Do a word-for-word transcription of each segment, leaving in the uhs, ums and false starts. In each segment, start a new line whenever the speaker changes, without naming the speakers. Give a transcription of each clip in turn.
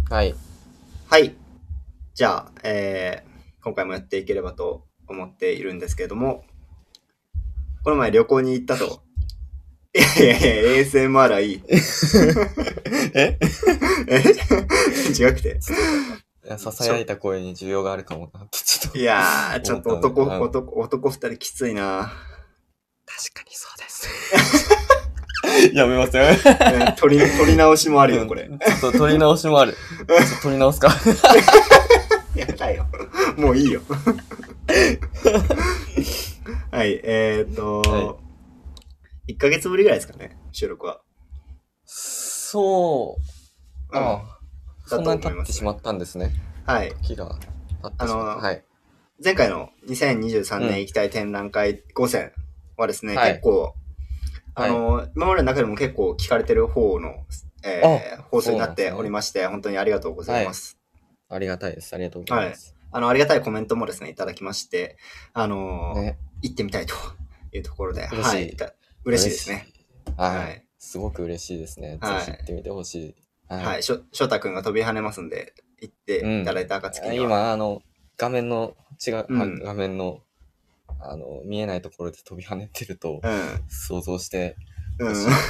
はい。
はい。じゃあ、えー、今回もやっていければと思っているんですけれども、この前旅行に行ったと。いやいやいや、エーエスエムアール はいい。
え
え違くて。
ちょっと、いや、
ちょ、
囁いた声に需要があるかもなってちょっ
いやー、
と
ちょっと
思ったので、
男、
あ、
男、男二人きついな。
確かにそうです。やめますよ。
えー取り、取り直しもあるよ、これ。
うん、ちょっと取り直しもある。ちょっと取り直すか。
やだよ。もういいよ。はい、えーっ
はい。
と、いっかげつぶりぐらいですかね、収録は。
そう、
うん。
ああ、
だと
そんなに
思いますね。
経ってしまったんですね。
はい。
時が経ってしまった。
あの、
はい。
前回のにせんにじゅうさんねん
うん。
行きたい展覧会ご選はですね、
はい。
結構、あ
はい。
の、今までの中でも結構聞かれてる方の、
あ、
えー、放送
そう
になって
なんですね。
おりまして、本当にありがとうござい
はい。
ます。
ありがたいです。ありがとうござい
はい。
ます。
あの、ありがたいコメントもですね、いただきまして、あの
ね。
行ってみたいというところで、はい、
嬉しい。
嬉しいですね。
嬉しい。はい。
はい。
すごく嬉しいですね。ぜ
はい。
ひ行ってみてほしい。はい。
はい。しょ、翔太くんが飛び跳ねますんで、行っていた
うん。
だいた暁には。
今、あの、画面の、違う、は
うん。
画面の、あの、見えないところで飛び跳ねてると、
うん。
想像して
うん。
ほしい。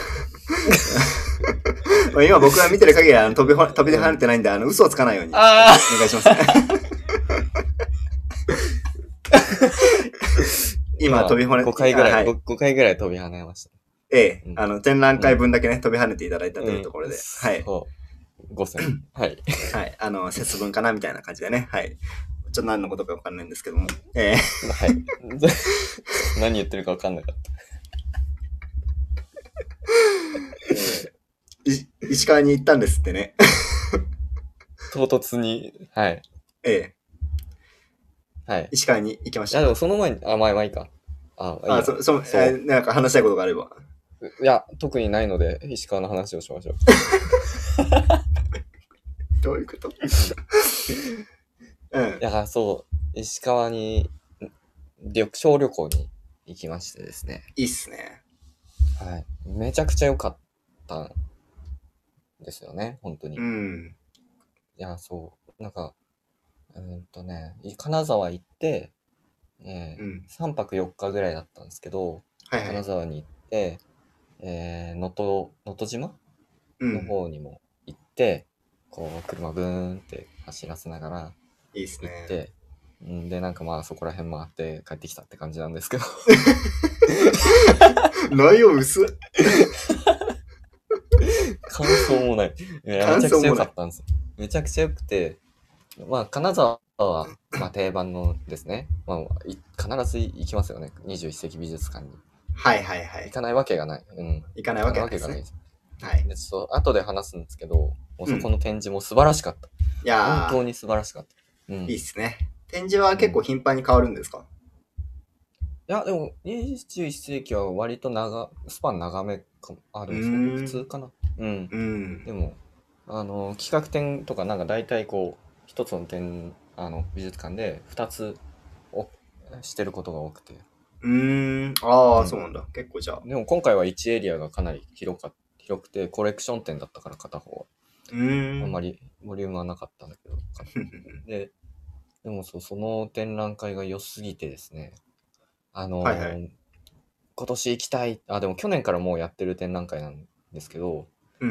今僕が見てる限りは、あの、飛びほ、飛び跳ね
うん。
てないんで、あの、嘘をつかないように、
あ
お願いしますね。今、飛
今、
び跳ね、
ごかいぐらい、
あ、はい。
ご、ごかいぐらい飛び跳ねました。
ええ、
うん。
あの、展覧
うん。
会分だけね、飛び跳ねていただいたと
うん。
いうところで、はい。
そう。ごせん。はい。
はい。あの、節分かなみたいな感じでね、はい。ちょっと何のことかわかんないんですけども、ええ
はい。何言ってるか分かんなかった。
ええい石川に行ったんですってね。
唐突に、はい。
ええ、
はい。
石川に行きまし
いや、でも
たか？
その前に、あ、まあまあいいか。あ、いい
あ、
や。
そ、そ、え
そ
ーなんか話したいことがあれば。
う。いや、特にないので、石川の話をしましょう。
どういうことうん。
いや、そう、石川に、旅、小旅行に行きましてですね。
いいっすね。
はい。めちゃくちゃ良かったんですよね、本当に。い
うん。
や、そう、なんか、うーんとね、金沢行って、えー、
うん。
さんぱくよっかぐらいだったんですけど、金
はいはい。
沢に行って、えー、能登、能登島の
うん。
方にも行って、こう、車ブーンって走らせながら
いいっすね。
行って、んで、なんかまあそこら辺回って帰ってきたって感じなんですけど。
内容薄っ。
感想もない。いや、めちゃくちゃ良
感想もない。
かったんですよ。めちゃくちゃ良くて、まあ、金沢は、まあ定番のですね。まあ、い必ず行きますよね。にじゅういっ世紀美術館に。
はいはいはい。
行かないわけがない。うん。
行かないわ
行かない
けないですね。
わけがないです。
はい。
で、ちょっと後で話すんですけど、もう
うん。
そこの展示も素晴らしかった。
いや
本当に素晴らしかった。う
ー、いい
ん。
っすね。展示は
うん。
結構頻繁に変わるんですか？
いや、でも、にじゅういっ世紀は割と長、スパン長めかも。あ、
うー
でもそん、普通
ん。
かな。うん。
うん。
でも、あの、企画展とかなんか大体こう、一つの展、あの、美術館で二つをしてることが多くて。
うーん。ああ、そう
うん。
なんだ。結構じゃあ。
でも今回はいちエリアがかなり広か、広くて、コレクション展だったから片方は。
うーん。
あんまりボリュームはなかったんだけど。で、でもそう、その展覧会が良すぎてですね。あ
はいはい。
のー今年行きたい。あ、でも去年からもうやってる展覧会なんですけど、
うん。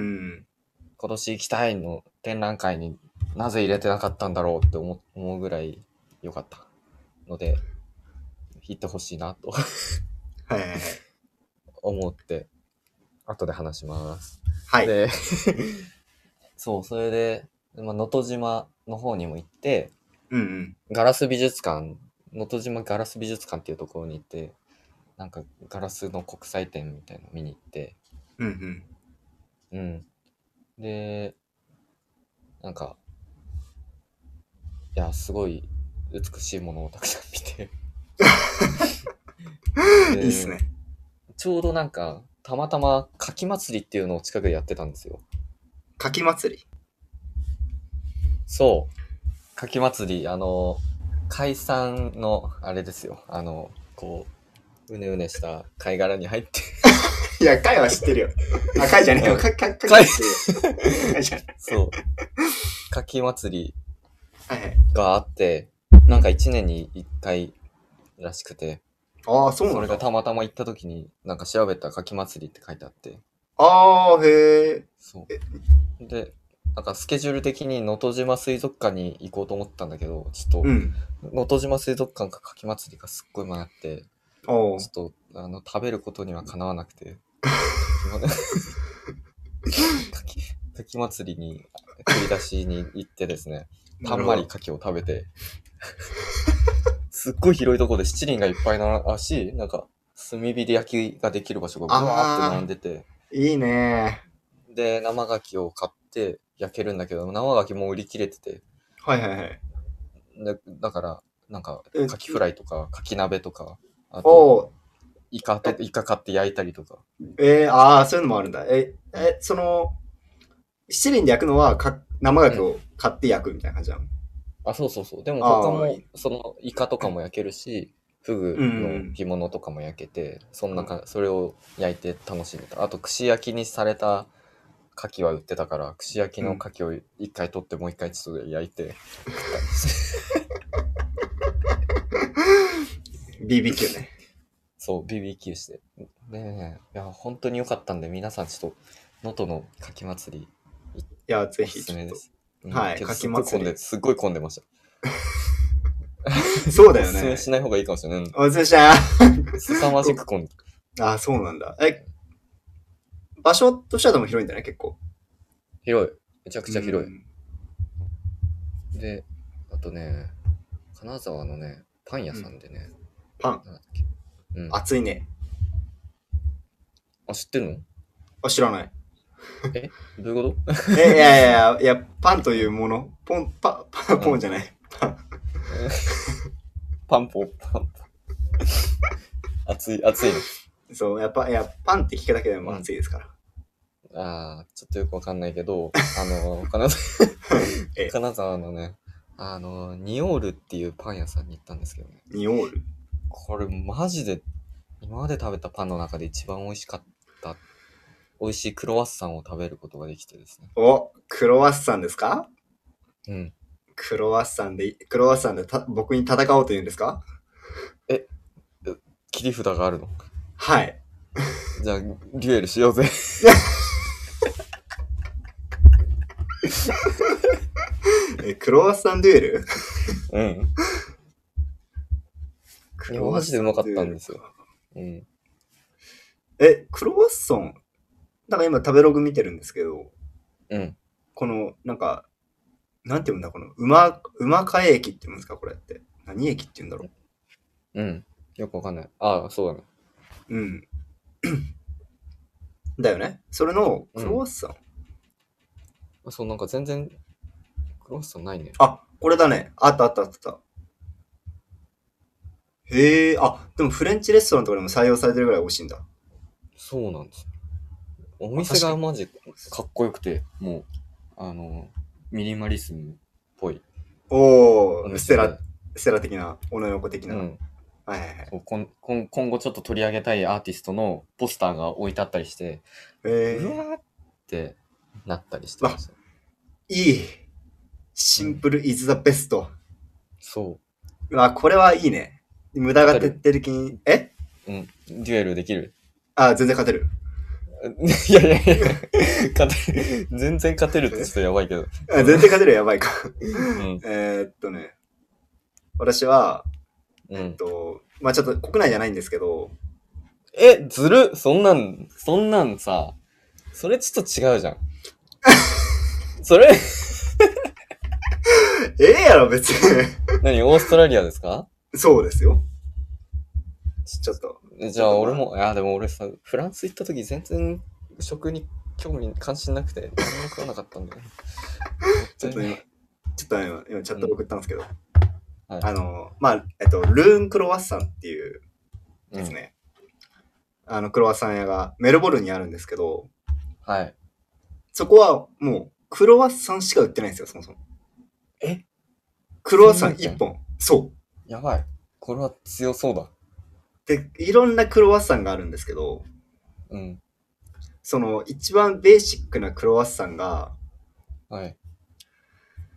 今年行きたいの展覧会になぜ入れてなかったんだろうって思う思うぐらい良かったので、行ってほしいなと
はいはいはい。
思って、後で話します。
はい。
で、そう、それで、まあ、能登島の方にも行って、
うんうん。
ガラス美術館、能登島ガラス美術館っていうところに行って、なんかガラスの国際展みたいなの見に行って、
うんうん。
うん。で、なんか、いや、すごい美しいものをたくさん見て
いいっす
で、
ね。
ちょうどなんか、たまたま牡蠣祭りっていうのを近くでやってたんですよ。
牡蠣祭り。
そう。牡蠣祭り、あの、海産の、あれですよ。あの、こう、うねうねした貝殻に入って
いや、貝は知ってるよ。あ、貝じゃねえよ。
うん。
か、か、かきは
貝、
知ってるよ。貝じゃない。
そう。 かき祭り
はいはい。
があって、なんかいちねんにいっかいらしくて、
ああ、そうなんだ。
それがたまたま行った時に、なんか調べたらかき祭りって書いてあって、
ああ、へえ。
そ
え、
う。で、なんかスケジュール的に能登島水族館に行こうと思ったんだけど、ちょっと、
うん。
能登島水族館かかき祭りがすっごい迷って、
おう。
ちょっと、あの、食べることにはかなわなくて、かきま、かき、かき祭りに、繰り出しに行ってですね、たん
なるほど。
まりかきを食べて、すっごい広いところで七輪がいっぱいならし、なんか、炭火で焼きができる場所がブワーって並ん
ああ、
でて、
いいね。
で、生牡蠣を買って焼けるんだけど、生牡蠣もう売り切れてて、
はいはいはい。
でだから、なんか、
え、
牡蠣フライとか、牡蠣鍋とか、あと、
おう。
イカと、
え、
イカ買って焼いたりとか。
えー、ああ、そういうのもあるんだ。え、え、その、七輪で焼くのはか生
うん。
牡蠣を買って焼くみたいな感じなの？
あ、そうそうそう。でも他
ああ、い
も、
い。
その、イカとかも焼けるし、フ
う
グの
ん。
干物とかも焼けて、そん
うん。
なか、それを焼いて楽しんでた。あと、串焼きにされた牡蠣は売ってたから、串焼き
うん。
の牡蠣を一回取ってもう一回ちょっと焼いて食ったりして。
ビービーキュー ね。
そう、ビービーキュー して。ねえ、いや、本当に良かったんで、皆さんちょっと、能登の牡蠣祭り、い
いや、ぜ
お
ひちょっと。
すすめです。うん、
はい、
けど
牡蠣
すっごい混んで、
祭り。
すっごい混んでました。
そうだ
おすすめし
よね。
ない方がいいかもしれない。うん、
おつしゃ
凄まじ
こ
く混んで。
あ、そうなんだ。え、場所としてはでも広いんだね、結構。
広い。めちゃく
う
ちゃ広
ん。
い。で、あとね、金沢のね、パン屋
うん。
さんでね、
パン。
なんだっけ。うん。
熱いね。
あ、知ってんの？
あ、知らない。
えどういうこ
え、いやいやいや、いや、パンと
と？うん。
いうもの、ポン、パ、パ、
うん。
ポンじゃない。パン。
パンポ、パンポ。熱い、熱いの。
そう、やっぱ、いや、パンって聞くだけでも
うん。
熱いですから。
ああ、ちょっとよくわかんないけど、あの、金沢、
え、
金沢のね、あの、ニオールっていうパン屋さんに行ったんですけどね。
ニオール。
これマジで、今まで食べたパンの中で一番美味しかった、美味しいクロワッサンを食べることができてですね。
お、クロワッサンですか？
うん。
クロワッサンで、クロワッサンでた僕に戦おうと言うんですか？
え、切り札があるの？
はい。
じゃあ、デュエルしようぜ。
え、クロワッサンデュエル？
うん。いや、
クロワッ
マジでうまかっ
サンデュエル
たんですよ。
か。
うん。
え、クロワッサン、なんか今食べログ見てるんですけど、
うん。
この、なんか、なんて言うんだ、この、馬、馬替え液って言うんですか、これって。何液って言うんだろ
うん。よくわかんない。ああ、そうだね。
う。うん。だよね。それのクロ
うん。
ワッサン。
そう、なんか全然、クロワッサンないね。
あ、これだね。あったあったあった。へえ、あ、でもフレンチレストランとかでも採用されてるぐらい美味しいんだ。
そうなんです。お
あ、
店
確かに。
がマジかっこよくて、もう、あの、ミニマリスムっぽいお
おー、ステラ、
店で、
ステラ的な、オノヨコ的な。
うん。
はいはいはい。
そうこんこん今後ちょっと取り上げたいアーティストのポスターが置いてあったりして、う
え
わーってなったりして
ー、あ、
ました。
いい。シン
うん。
プルイズザベスト。
そ
うわ、これはいいね。無
う。
駄が徹
勝てる？
底的に、え
うん。デュエルできる？
あ、全然勝てる。
いやいやいや、勝てる。全然勝てるってちょっとやばいけど。
あ、全然勝てるやばいか。
うん。
えーっとね、私は、えっ
うん。
と、まあちょっと国内じゃないんですけど、
え、ずるそんなん、そんなんさ、それちょっと違うじゃん。それ、
ええやろ、別に。
何オーストラリアですか？
そうですよ。ちょっと、
じゃ
ちょっとまあ、
あ俺も、いやでも俺さ、フランス行った時全然食に興味、関心なくて何も食わなかったんだよね。もったいない。
ちょっと今、ちょっと今、今チャット
うん。
送ったんですけど、
はい。
あの、まあ、えっと、ルーンクロワッサンっていう
うん。
ですね、あの、クロワッサン屋がメルボルンにあるんですけど、
はい。
そこはもう、クロワッサンしか売ってないんですよ、そもそも。
え
クロワッサン
専門店？
一本。そう。
やばい。これは強そうだ。
で、いろんなクロワッサンがあるんですけど、
うん。
その、一番ベーシックなクロワッサンが、
はい。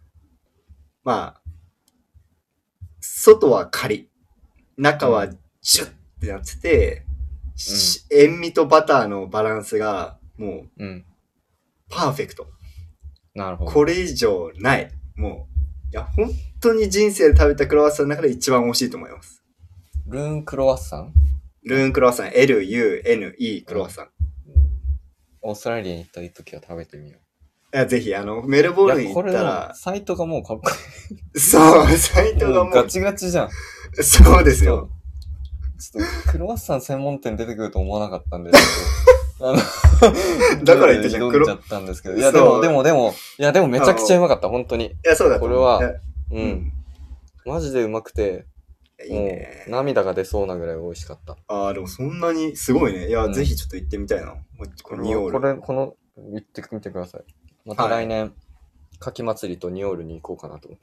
まあ、外はカリッ、中はジュッってなってて、うん、塩味とバターのバランスがもう、パーフェクト。
なるほど。
これ以上ない。もう、いや、本当に人生で食べたクロワッサンの中で一番美味しいと思います。
ルーンクロワッサン？
ルーンクロワッサン、エルユーエヌイー クロワッサン。
オーストラリアに行った時は食べてみよ
う。いや、ぜひ、あの、メルボルンに行ったら。
サイトがもうかっこいい。
そう、サイトがもう。
ガチガチじゃん。
そうですよ。
ちょっと、クロワッサン専門店出てくると思わなかったんで、あの
だから言ってじゃん、
黒。挑んじゃったんですけど。いや、でも、でも、でも、いや、でもめちゃくちゃうまかった、本当に。い
や、そうだ
これは、うん。マジでうまくて、
いいね。
もう涙が出そうなぐらい美味しかった。
ああ、でもそんなにすごいね。いや、うん、ぜひちょっと行ってみたいな。
これ、これ、この、行ってみてください。また来年、牡蠣祭りとニオールに行こうかなと思って。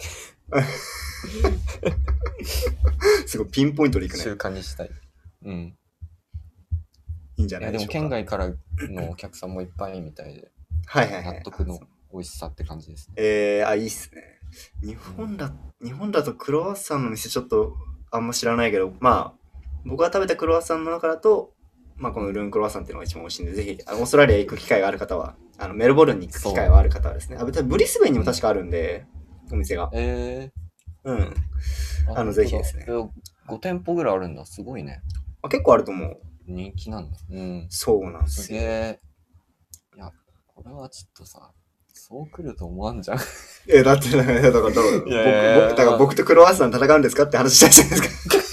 すごいピンポイントで行くね。
習慣にしたい。うん。
いいんじゃないでしょうか。
いや、でも県外からのお客さんもいっぱいみたいで。
はいはいはい。
納得の美味しさって感じですね。
えー、あ、いいっすね。日本だ、うん、日本だとクロワッサンの店ちょっとあんま知らないけど、まあ、僕が食べたクロワッサンの中だと、まあ、このルーンクロワッサンっていうのが一番美味しいんで、ぜひ、あのオーストラリア行く機会がある方は、あの、メルボルンに行く機会がある方はですね、あ、ブリスベンにも確かあるんで、うん、お店が。
え
ー。うん。あの、ぜひですね。
ご店舗ぐらいあるんだ。すごいね。
あ、結構あると思う。
人気なんだ。うん。
そうなんですよ。
すげえ。いや、これはちょっとさ、そう来ると思わんじゃん。
え、だって、だから、だから、僕、僕、だから僕とクロワッサン戦うんですかって話したじゃないですか。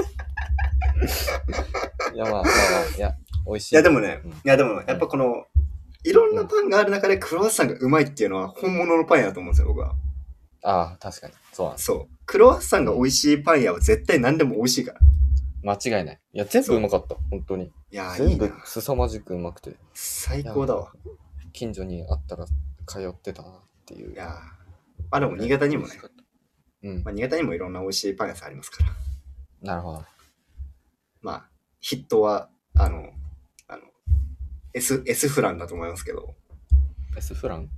いや、まあまあまあ、いや、美味しい。
いや、でもね、うん、いや、でも、やっぱこの、いろんなパンがある中でクロワッサンがうまいっていうのは本物のパン屋だと思うんですよ、僕は。
ああ、確かに。そうなんです。
そう。クロワッサンが美味しいパン屋は絶対何でも美味しいから。
間違いない。いや、全部うまかった。本当に。いや、全部凄まじくうまくて。
最高だわ。
近所にあったら通ってたなっていう。
いやまあでも新潟にもね、うん。まあ、新潟にもいろんな美味しいパン屋さんありますから。
なるほど。
まあ、筆頭は、あの、あの、S、S フランだと思いますけど。
S フラン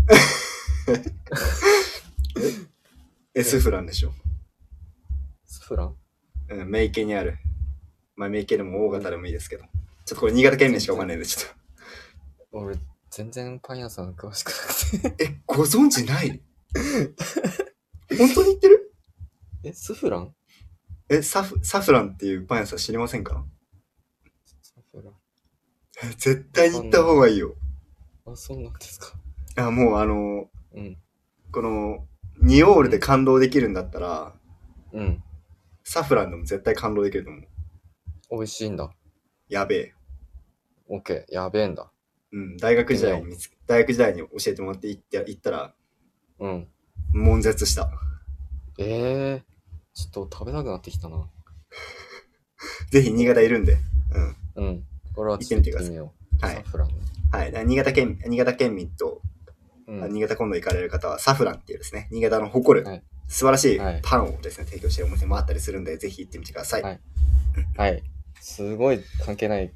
S フランでしょ。
S フラン
うん、名家にある。まあ、名家でも大型でもいいですけど。ちょっとこれ新潟県民しかわかんないんで、ちょっ
と。俺、全然パン屋さん詳しくなくて。
え、ご存知ない本当に言ってる？
え、スフラン？
え、サフ、サフランっていうパン屋さん知りませんか？
サフラン。
絶対に行った方がいいよ。
あ、そうなんですか。
あ、もうあの、
うん、
この、ニオールで感動できるんだったら、
うん。
サフランでも絶対感動できると思う。
美味しいんだ。
やべえ。
オッケー、やべえんだ。
うん、大学時代に見つ、大学時代に教えてもらって行って、行ったら、
うん。
悶絶した。
ええー、ちょっと食べたくなってきたな。
ぜひ新潟いるんで。
うん。うん。これは
行ってみてください。
はい。
サフラン。はい。新潟県、新潟県民と、うん、新潟今度行かれる方はサフランっていうですね、新潟の誇る、はい、素晴らしいパンをですね、はい、提供しているお店もあったりするんで、ぜひ行ってみてください。
はい。はい。すごい関係ない。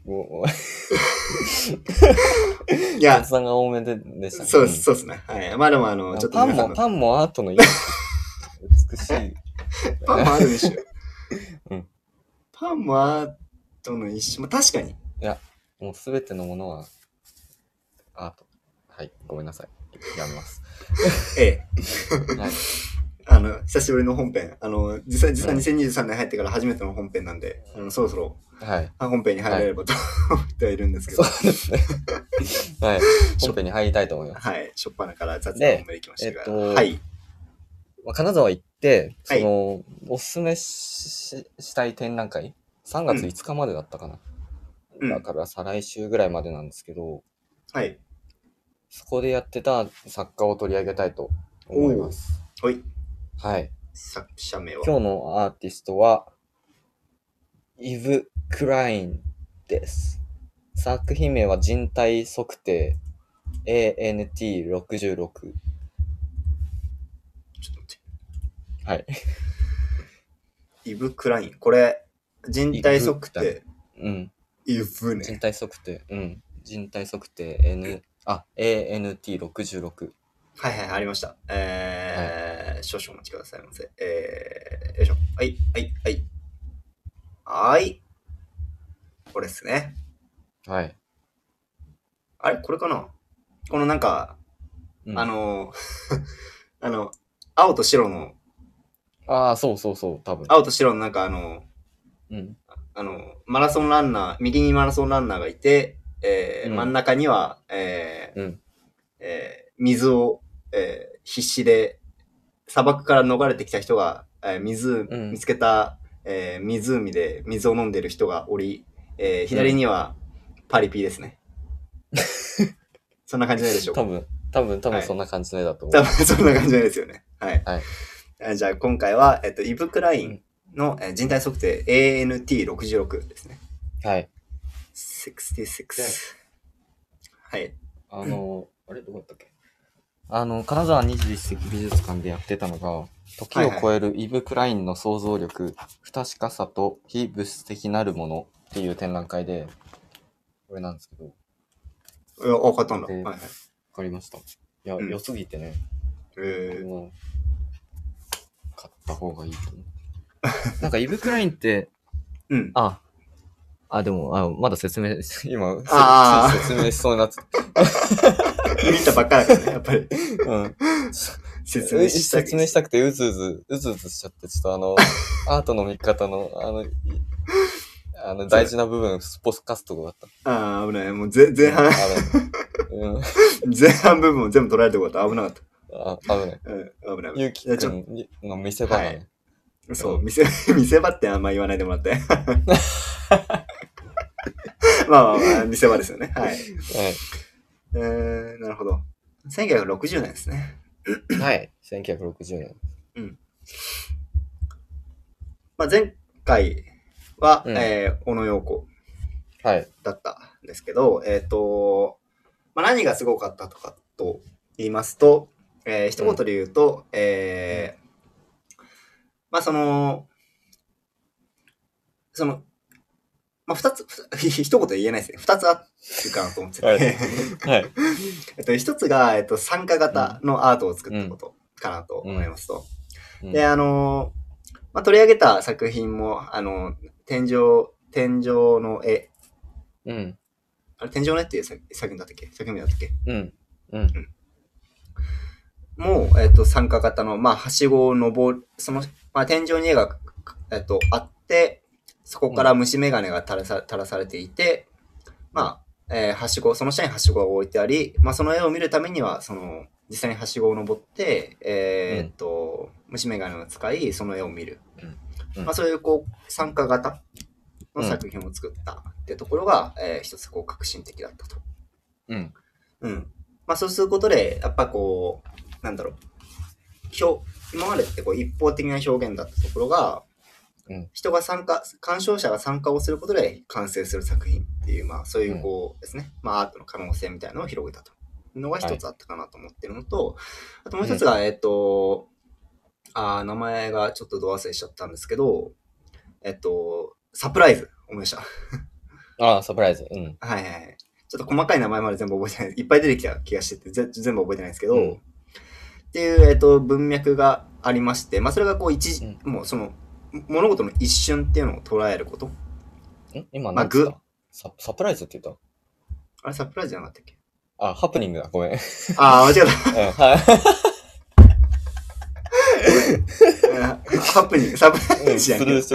いや、雑談が多めででしたね。
そうです、そうですね。はい。まあでもあの、
ちょっとパンも、パンもアートのいい。美しい。
パンもあるでしょ。うん。パンもアートの一種、まあ確かに。い
や、もうすべてのものはアート。はい、ごめんなさい。やめます。
ええ。はい。あの、久しぶりの本編。あの、実際、実際にせんにじゅうさんねん入ってから初めての本編なんで、うん、あのそろそろ、はい。本編に入れればと、はい、思ってはいるんですけど。
そうですね。はい。本編に入りたいと思います。
はい。しょっぱなから雑談本編行きましたが。えっと、
はい。まあ、金沢行って、その、はい、おすすめ し, したい展覧会さんがついつかまでだったかな。うん、だから再来週ぐらいまでなんですけど、
はい。
そこでやってた作家を取り上げたいと思います。
はい。
はい。
作者名は
今日のアーティストは、イヴ・クラインです。作品名は人体測定 エーエヌティーろくじゅうろく。
ちょっと待って。
はい。
イヴ・クライン。これ、人体測定。
うん。
イヴね。
人体測定。うん。人体測定 N、あ、エーエヌティーろくじゅうろく。
はいはい、ありました。えー、はー、少々お待ちくださいませ。えー、よいしょ。はい、はい、はい。はい。これですね。
はい。
あれこれかなこのなんか、
うん、
あの、あの、青と白の、
ああ、そうそうそう、多分。
青と白のなんかあの、
うん。
あの、マラソンランナー、右にマラソンランナーがいて、えー
うん、
真ん中には、えー
うん、
えー水を、えー必死で、砂漠から逃れてきた人が、えー水、
うん、
見つけた、えー湖で水を飲んでる人がおり、えー
うん。
左にはパリピですね。そんな感じないでしょうか。
多分、多分、多分
はい。
そんな感じの絵だと思う。
多分そんな感じないですよね。はい。
はい。
じゃあ今回は、えっと、イブクライン
うん。
の人体測定 エーエヌティーろくじゅうろく ですね。
はい。で、
ろくじゅうろく。はい。
あの、あれどこだったっけあの、金沢にじゅういっ世紀美術館でやってたのが、時を超えるイブ・クラインの想像力、不確かさと非物質的なるものっていう展覧会で、これなんですけど。
いや、わかったんだ。
で、わ
はいはい。
かりました。いや、
うん
良すぎてね、これ
え
は買った方がいいと思う。なんかイブ・クラインって、
ー、うん。
あ、あ、でも、あまだ説明、今、
あ
つい説明しそうになって。
見たばっかだからね、やっぱり。
うん。
説明した
説明したくてうずうず、うずうずしちゃって、ちょっとあの、アートの見方の、あの、あの大事な部分、スポスカストがあった。
ああ、危ない。もう前前半、
うん、
前半部分を全部取られてこと危なかった。
あ危ない。
うん、危ない。
ゆうきくんの見せ場がね。
はい、そう、うん、見せ、見せ場ってあんま言わないでもらって。まあまあまあ、見せ場ですよね。はい。はい。えー、なるほど。せんきゅうひゃくろくじゅうねんですね。
はい。せんきゅうひゃくろくじゅうねん。
うん。まあ、前回は、うん、えー、小野陽子だったんですけど、はい、えっ、ー、と、まあ、何がすごかったとかと言いますと、えー、一言で言うと、うん、えー、まあその、その、まあ二つ、一言で言えないですね。二つあるかなと思ってて。はい。はい、えっと、一つが、えっと、参加型のアートを作ったことかなと思いますと。うんうん、で、あの、まあ、取り上げた作品も、あの、天井、天井の絵。うん。あれ、天井の絵っていう作品だったっけ作品名だったっけうん。うん。もう、えっと、参加型の、まあ、はしごを登る、その、まあ、天井に絵が、えっと、あって、そこから虫眼鏡が垂らさ、垂らされていて、まあ、えー、はしご、その下にはしごが置いてあり、まあ、その絵を見るためには、その、実際にはしごを登って、えー、っと、うん、虫眼鏡を使い、その絵を見る。うん、まあ、そういう、こう、参加型の作品を作ったっていうところが、うん、えー、一つ、こう、革新的だったと。うん。うん。まあ、そうすることで、やっぱこう、なんだろう、表、今までってこう、一方的な表現だったところが、うん、人が参加、鑑賞者が参加をすることで完成する作品っていう、まあそういうこうですね、うん、まあアートの可能性みたいなのを広げたというのが一つあったかなと思ってるのと、はい、あともう一つが、うん、えっと、あ名前がちょっとど忘れしちゃったんですけど、えっと、サプライズ、思いました。
ああ、サプライズ。うん。
はいはい。ちょっと細かい名前まで全部覚えてない。いっぱい出てきた気がしてて、全部覚えてないんですけど、うん、っていう、えっと、文脈がありまして、まあそれがこう一、うん、もうその、物事の一瞬っていうのを捉えること。ん
今何つった、まあ、サ, サプライズって言った
あれサプライズじゃなかったっけ
あ、ハプニングだ。ごめん。
ああ、間違えた。うん、はい。ハプニング、サプライズじゃん。うん、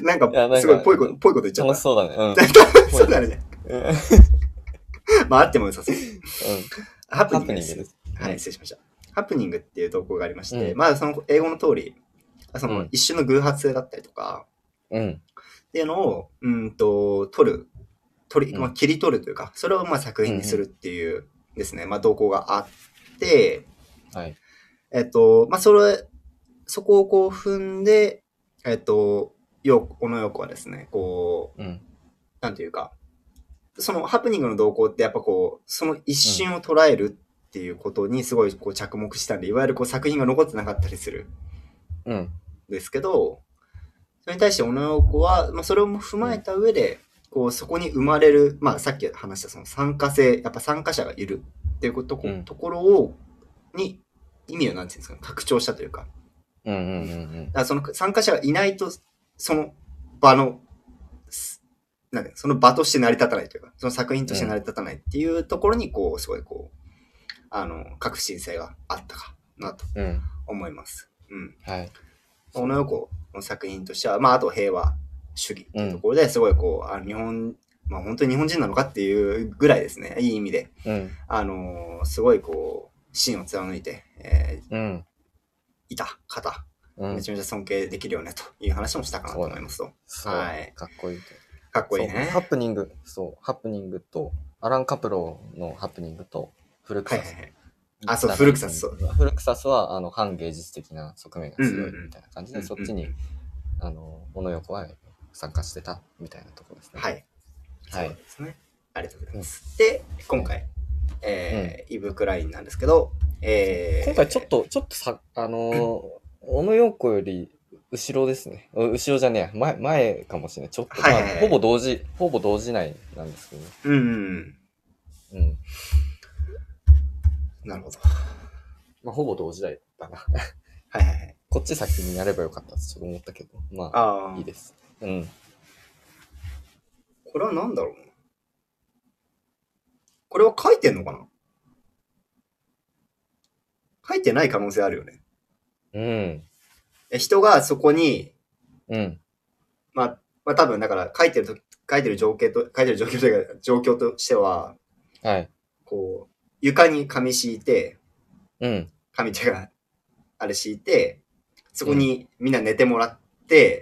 なんか、すごいぽいこと、ぽいこと言っちゃった。
楽しそうだね。うん。
楽しそうだね。まあ、あっても良さそう。うん。ハプニングです。ですはい、失礼しました。ハプニングっていう投稿がありまして、うん、まあその英語の通り、その一瞬の偶発性だったりとか、うん、っていうのを、うんと、取る、取り、まあ、切り取るというか、それをまあ作品にするっていうですね、うんうん、まあ動向があって、はい。えっと、まあそれ、そこをこう踏んで、えっと、よ、小野陽子はですね、こう、うん、なんていうか、そのハプニングの動向ってやっぱこう、その一瞬を捉えるっていうことにすごいこう着目したんで、いわゆるこう作品が残ってなかったりする。うん。ですけど、それに対して小野陽子は、まあ、それを踏まえた上で、こう、そこに生まれる、まあ、さっき話したその参加性、やっぱ参加者がいるっていうこと、うん、ところを、に、 意味をなんていうんですか、拡張したというか。
うんうんうんうん。
だからその参加者がいないと、その場の、なんで、その場として成り立たないというか、その作品として成り立たないっていうところに、こう、すごいこう、あの、革新性があったかなと思います。うん。うん、
はい。
小野横の作品としては、まあ、あと平和主義っていうところですごいこう、あの日本、まあ本当に日本人なのかっていうぐらいですね、いい意味で。
うん、
あのー、すごいこう、芯を貫いて、えー
うん、
いた方、
うん、
めちゃめちゃ尊敬できるよねという話もしたかなと思いますと。
はい。かっこいい。
かっこいいね。
ハプニング、そう、ハプニングと、アラン・カプローのハプニングと、フルクサス。はいはいはい、
あ、そう、フルクサス。そう。
フルクサスは、あの、反芸術的な側面が強いみたいな感じで、うんうんうん、そっちに、あの、小野横は参加してたみたいなところですね。
はい。
はい。
そうですね。ありがとうございます。うん、で、今回、えー、うん、イブ・クラインなんですけど、えー、
今回ちょっと、ちょっとさ、あのー、小野陽子より後ろですね。後ろじゃねえ、前、前かもしれない。ちょっと、はいはいはい、まあ、ほぼ同時、ほぼ同時内なんですけどね。
うんうん。うん。なるほど。
まあ、ほぼ同時代だな。
はいはいはい。
こっち先にやればよかったってちょっと思ったけど、まあ、あいいです。うん。
これは何だろうな。これは書いてんのかな？書いてない可能性あるよね。
うん。
人がそこに、
うん。
まあ、まあ多分だから書いてると、書いてる状況と、書いてる状況というか、状況としては、
はい。
こう、床に紙敷いて、
うん。
紙っていうか、あれ敷いて、そこにみんな寝てもらって、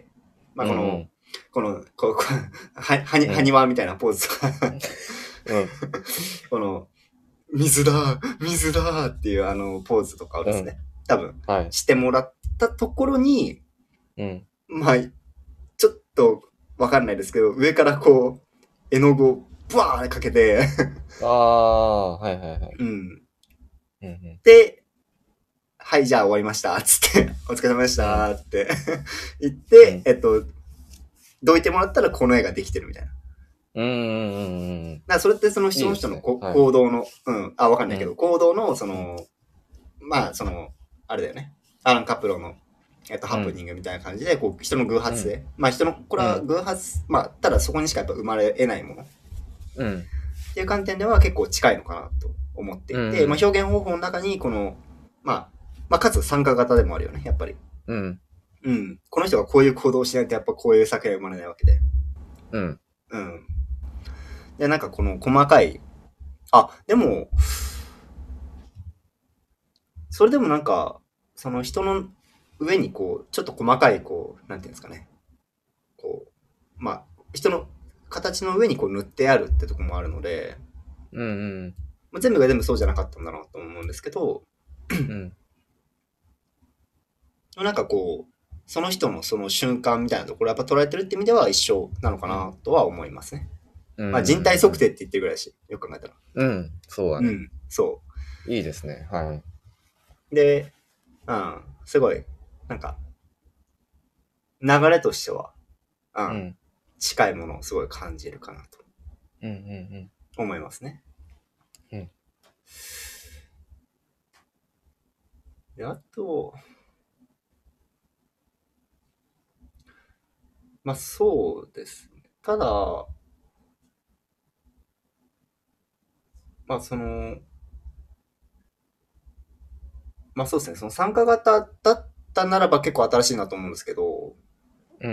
うん、まあこの、うん、この、こう、こうは、はに、はにわみたいなポーズとか、うん、この、水だ水だっていうあのポーズとかをですね、うん、多分、はい、してもらったところに、うん、まあ、ちょっとわかんないですけど、上からこう、絵の具をブワーかけて
ああ、はいはいはい。
うん。うんうん、で、はい、じゃあ終わりました、つって、お疲れ様でした、って、うん、言って、うん、えっと、どいてもらったらこの絵ができてるみたいな。
うんうんうんうん。
だからそれってその人の人のこいい、ね、はい、行動の、うん、あ、わかんないけど、うん、行動の、その、まあ、その、あれだよね。アラン・カプロの、えっと、ハプニングみたいな感じで、こう、人の偶発性。うん、まあ、人の、これは偶発、うん、まあ、ただそこにしかやっぱ生まれ得ないもの。うん。っていう観点では結構近いのかなと思っていて、うん、まあ、表現方法の中に、この、まあ、まあ、かつ参加型でもあるよね、やっぱり。うん。うん。この人がこういう行動をしないと、やっぱこういう作品は生まれないわけで。うん。うん。で、なんかこの細かい、あ、でも、それでもなんか、その人の上にこう、ちょっと細かいこう、なんていうんですかね。こう、まあ、人の形の上にこう塗ってあるってとこもあるので、うんうん。まあ、全部が全部そうじゃなかったんだなと思うんですけど、うん。なんかこう、その人のその瞬間みたいなところやっぱ捉えてるって意味では一緒なのかなとは思いますね。まあ人体測定って言ってるぐらいし、よく考えたら。
うん、そうだね。うん、
そう。
いいですね。はい。
で、うん、すごい、なんか、流れとしては、うん、うん、近いものをすごい感じるかなと。うんうんうん。思いますね。うん。で、あと、まあそうですね。ただ、まあその、まあそうですね。その参加型だったならば結構新しいなと思うんですけど、うん。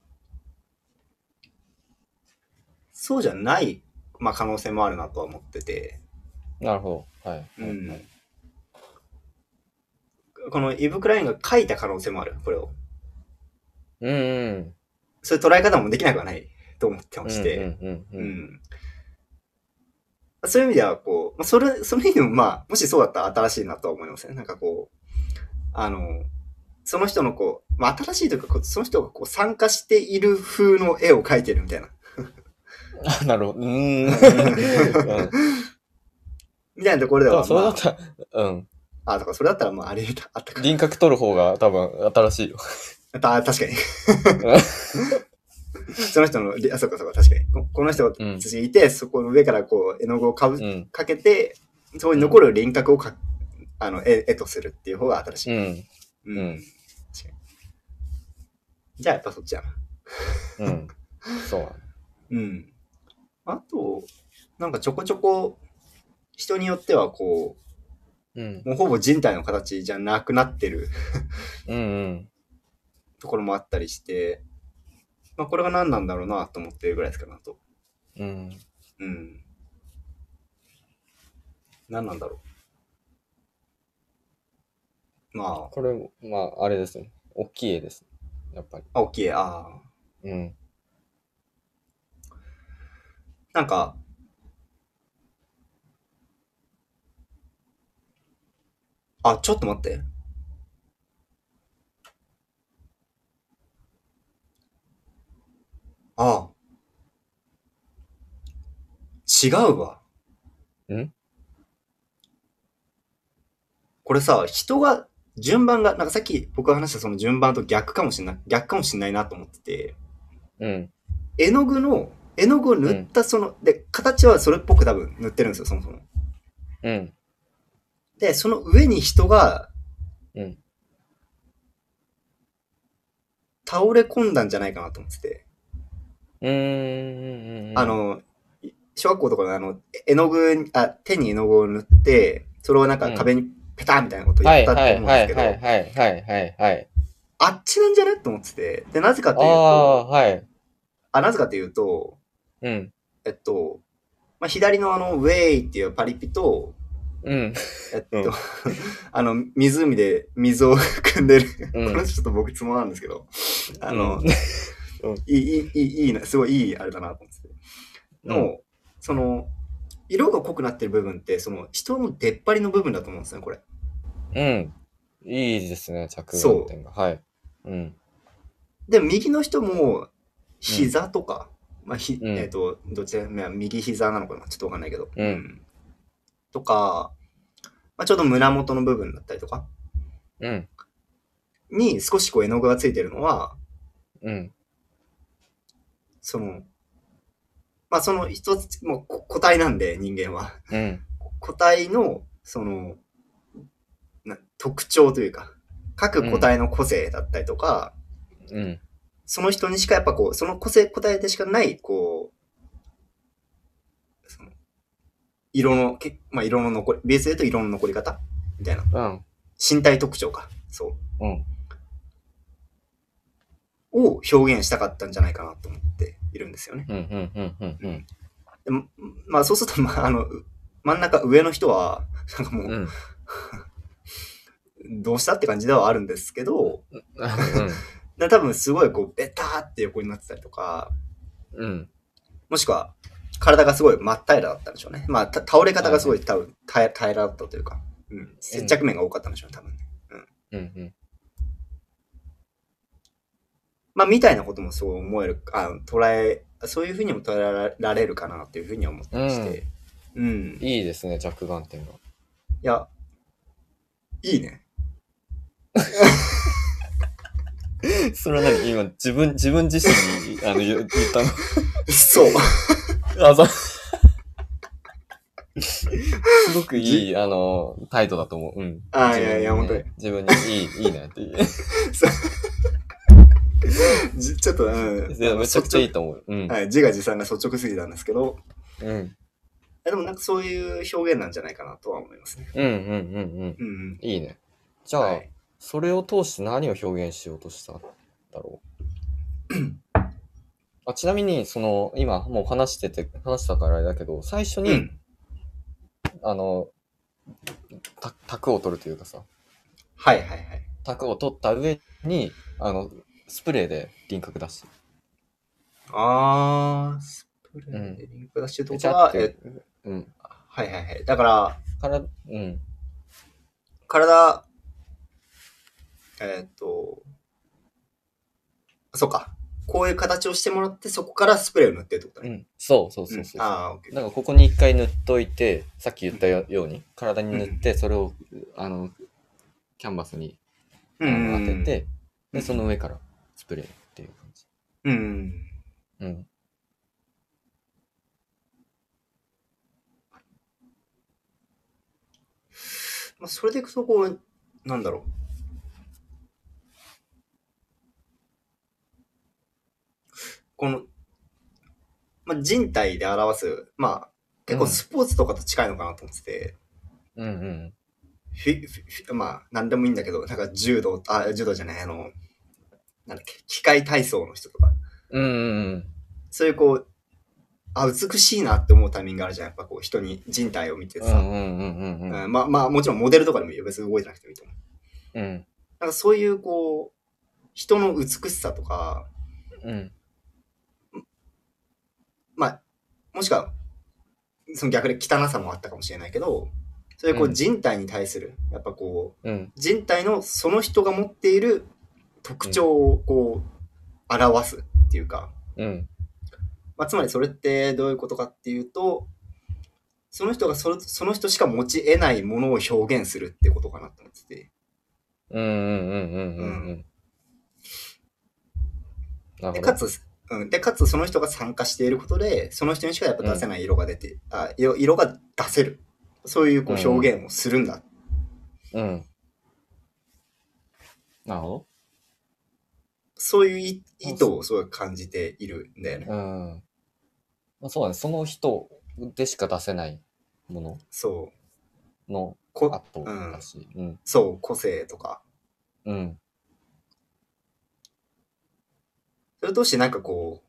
そうじゃない、まあ可能性もあるなとは思ってて。
なるほど。はい。
うん。はい、このイブ・クラインが書いた可能性もある、これを。うん、うん。そういう捉え方もできなくはないと思ってまして。うん、うん、うん。うんそういう意味では、こう、それ、その意味でもまあ、もしそうだったら新しいなとは思いますね。なんかこう、あの、その人のこう、まあ新しいというか、その人がこう参加している風の絵を描いてるみたいな。
なるほど。うーん。
みたいなところでは、まあ。
それだったら、うん。
あ、だからそれだったらまああり得た、あったか。
輪郭取る方が多分新しいよ。
あ、確かに。その人の、あ、そうかそうか、確かに。こ, この人がいて、うん、そこの上からこう、絵の具をかぶ、うん、かけて、そこに残る輪郭をかあの、絵、絵とするっていう方が新しい。
うん。
うん。
うん
確かに。じゃあやっぱそっちやな。
うん。そうだね。
うん。あと、なんかちょこちょこ、人によってはこ
うん
う、。もうほぼ人体の形じゃなくなってる
うんうん。
ところもあったりして、まあこれが何なんだろうなと思ってるぐらいですかなと。
うん。
うん。何なんだろう。ま
これ、まあ、あれですね。大きい絵です。やっぱり。
あ、あ、大きい。ああ。
うん。
なんか、あ、ちょっと待って。ああ、違うわ。
ん
これさ、人が、順番が、なんかさっき僕が話したその順番と逆かもしれない、逆かもしれないなと思ってて、
うん。
絵の具の、絵の具を塗っ
うん。
たその、で、形はそれっぽく多分塗ってるんですよ、そもそも。
うん。
で、その上に人が
うん。
倒れ込んだんじゃないかなと思ってて、
うーん。うん。
あの、小学校とかのあの、絵の具に、あ、手に絵の具を塗って、それをなん
うん。
か壁にペタンみたいなことを
はい
やったと
はいはい
思うんですけど、
はいはいはいはいはい。
あっちなんじゃねと思ってて、で、なぜか
あ
という
あ、
と、
はい。
あ、なぜかというと、
うん。
えっと、まあ、左のあの、ウェイっていうパリピと、
うん。
えっと、
うん。
あの、湖で水を汲んでる。これ
うん。
ちょっと僕ツボなんですけど、あ
うん。
の、
うん。
いい、いい、いいいいな、すごいいいあれだなと思ってて。
うん。
の、その、色が濃くなってる部分って、その、人の出っ張りの部分だと思うんですね、これ。
うん。いいですね、着眼
そ
点が。はい。うん。
う。で、右の人も、
うん。
膝とか、まあ、ひ、
うん。
えっ、と、どちら、まあ右膝なのかなちょっとわかんないけど。
うん。
うん。とか、まあ、ちょうど胸元の部分だったりとか、
うん。
に少しこう絵の具がついてるのは、
うん。
その、まあその一つ、もうこ個体なんで人間は。
うん。
個体の、その、な特徴というか、各個
うん。
体の個性だったりとか、
うん。
その人にしかやっぱこう、その個性個体でしかない、こう、その色の、けまあ色の残り、ベースで言うと色の残り方みたいな。
うん。
身体特徴か。そう。
うん。
を表現したかったんじゃないかなと思っているんですよね。
うん。うん。うん。うん。
うん。でもまあそうすると、まああの、真ん中上の人は、なんかもう、
うん。
どうしたって感じではあるんですけど、
うん。
多分すごいこう、ベターって横になってたりとか、
うん。
もしくは、体がすごい真っ平らだったんでしょうね。まあ、倒れ方がすご
はいはい。
い多分平らだったというか、うん。接
うん。
着面が多かったんでしょうね、多分ね。うん。
うん。うん。
まあ、みたいなこともそう思える、あ捉え、そういうふうにも捉えられるかなっていうふうに思った
うん。
りして、うん。
いいですね、着眼点が。
いや、いいね。
それは何今、自分、自分自身に、あの、言言った
そう。
のあ、そう。すごくい
じ、
い、あの、態度だと思う。うん。
あ、
自
いやいや、本当に。
分にね、自分にいい、いいねっていう。
じちょっと、うん。
いや、
あの、
めちゃくちゃいい
率直、
と思う。うん。
はい、自画自賛が率直すぎたんですけど、
うん。
でもなんかそういう表現なんじゃないかなとは思いますね。
うん、うん、うん、うん。
うんうん。
いいね。じゃあ、
はい。
それを通して何を表現しようとしたんだろう。あ、ちなみに、その、今もう話してて、話したからあれだけど、最初に、
うん。
あの、た、卓を取るというかさ、
はいはいはい。
卓を取った上に、あの、スプレーで輪郭出して。
あー、スプレ
うん。
ーでリンク出してるって
で、
ことは、
ちゃって、
え、
うん。
はいはいはい。だから、
から、うん。
体、えーっと、そうか。こういう形をしてもらって、そこからスプレーを塗ってってことね。
うん。そうそう
うん。
そうそうそう。
あー、オッケー。
だからここに一回塗っといて、さっき言ったように、体に
うん。
塗って、それを、あの、キャンバスに、
うん。
あの、当てて、で、
うん。
その上からスプレーっていう感じ。
うん。
うん。
まあ、それでいくとこう、なんだろう。この、まあ、人体で表す、まあ、結構スポーツとかと近いのかなと思ってて、
うんうん。
フィフィフィまあ、なんでもいいんだけど、なんか柔道、あ、柔道じゃない、あの、なんだっけ、機械体操の人とか、
うんうんうん。
そういうこう、あ、美しいなって思うタイミングがあるじゃん。やっぱこう、人に人体を見てさ。
うんうんうんうんうん。
うん、まあまあ、もちろんモデルとかでもいいよ。別に動いてなくてもいいと思う。
うん。
なんかそういうこう、人の美しさとか、
うん。
まあ、もしくは、その逆で汚さもあったかもしれないけど、そういうこう
うん。
人体に対する、やっぱこう、
うん。
人体のその人が持っている特
うん。
徴をこう、表すっていうか、
うん。
まあ、つまりそれってどういうことかっていうと、その人がそその人しか持ち得ないものを表現するってことかなと思ってて。
うんうんうんうんうん
うん。
うん。なる
で、
ほど。
かつ、うん。で、かつその人が参加していることで、その人にしかやっぱ出せない色が出て、あ色色が出せる。そういうこう
うん。
表現をするんだ。
うん。なるほ
そういう意
ど。
図をすごい感じているんだよね。
うん。まあ、そうだね。その人でしか出せないもの
そう。
の
こ、
後
うん。
だし。うん。
そう、個性とか。
うん。
それとしてなんかこ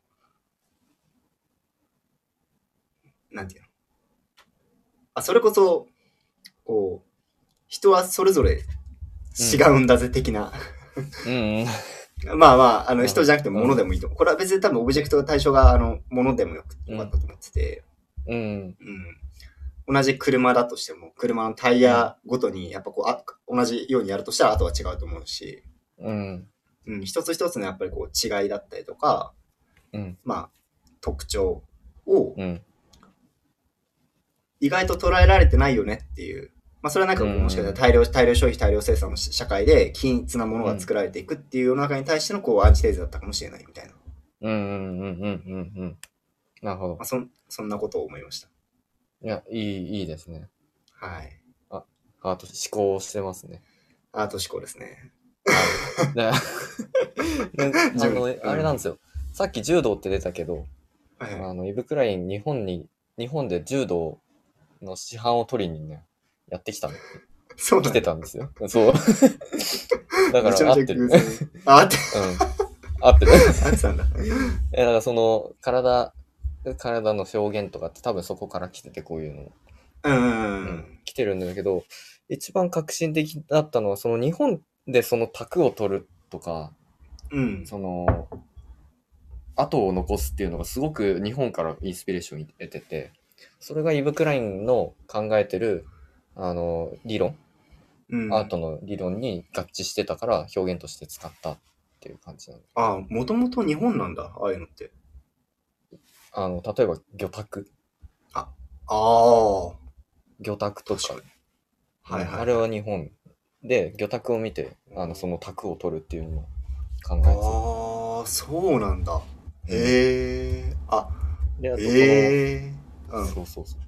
う、なんていうの。あ、それこそ、こう、人はそれぞれ違
うん。
うんだぜ的な。
うん。
まあまあ、あの
なるほど。
人じゃなくても
うん。
物でもいいと思う。これは別に多分オブジェクトが対象があの物でもよく
うん。
よかったと思ってて、
うん。
うん。同じ車だとしても、車のタイ
うん。
ヤごとにやっぱこうあ、同じようにやるとしたらあとは違うと思うし、
うん。
うん、一つ一つのやっぱりこう違いだったりとか、
うん。
まあ、特徴を
うん。
意外と捉えられてないよねっていう。まあ、それはなんか
う
こうもしかしたら
ん。
大量、大量消費、大量生産の社会で均一なもの
うん。
が作られていくっていう世の中に対してのこうアンチテーゼだったかもしれないみたいな。
うん。うん。うん。うん。うん。なるほど。
まあ、そん、そんなことを思いました。
いや、いい、いいですね。
はい。
あ、あと思考してますね。
アート思考ですね。
はい。で、で
自分、
あの、
うん。
あれなんですよ。さっき柔道って出たけど、
はいはい。
あの、イブクライン、日本に、日本で柔道の師範を取りにね、やってきたの。来
そうなんだ。
てたんですよ。そう。だか
めちゃめちゃ
ら合ってる。
偶然。あ、あって、
うん。合ってる。
あってたんだ。
え、だからその、体、体の表現とかって多分そこから来てて、こういうの。
うんうんう
うん。
ん。
来てるんだけど、一番革新的だったのは、その日本でその卓を取るとか、
うん。
その、後を残すっていうのがすごく日本からインスピレーションを得てて、それがイブ・クラインの考えてる、あの、理論、
うん。
アートの理論に合致してたから表現として使ったっていう感じなの。
あ、もともと日本なんだ。ああいうのって。
あの、例えば魚拓、
あ、ああ。
魚拓とか、
確かに。
うん、
はいはい
あれ
はい。
は日本で魚拓を見て、あの、その拓を取るっていうのを考えてる。
ああ、そうなんだ。
うん。
へえ。あ、
で、あとこの、
へえ。うん。
そうそうそう。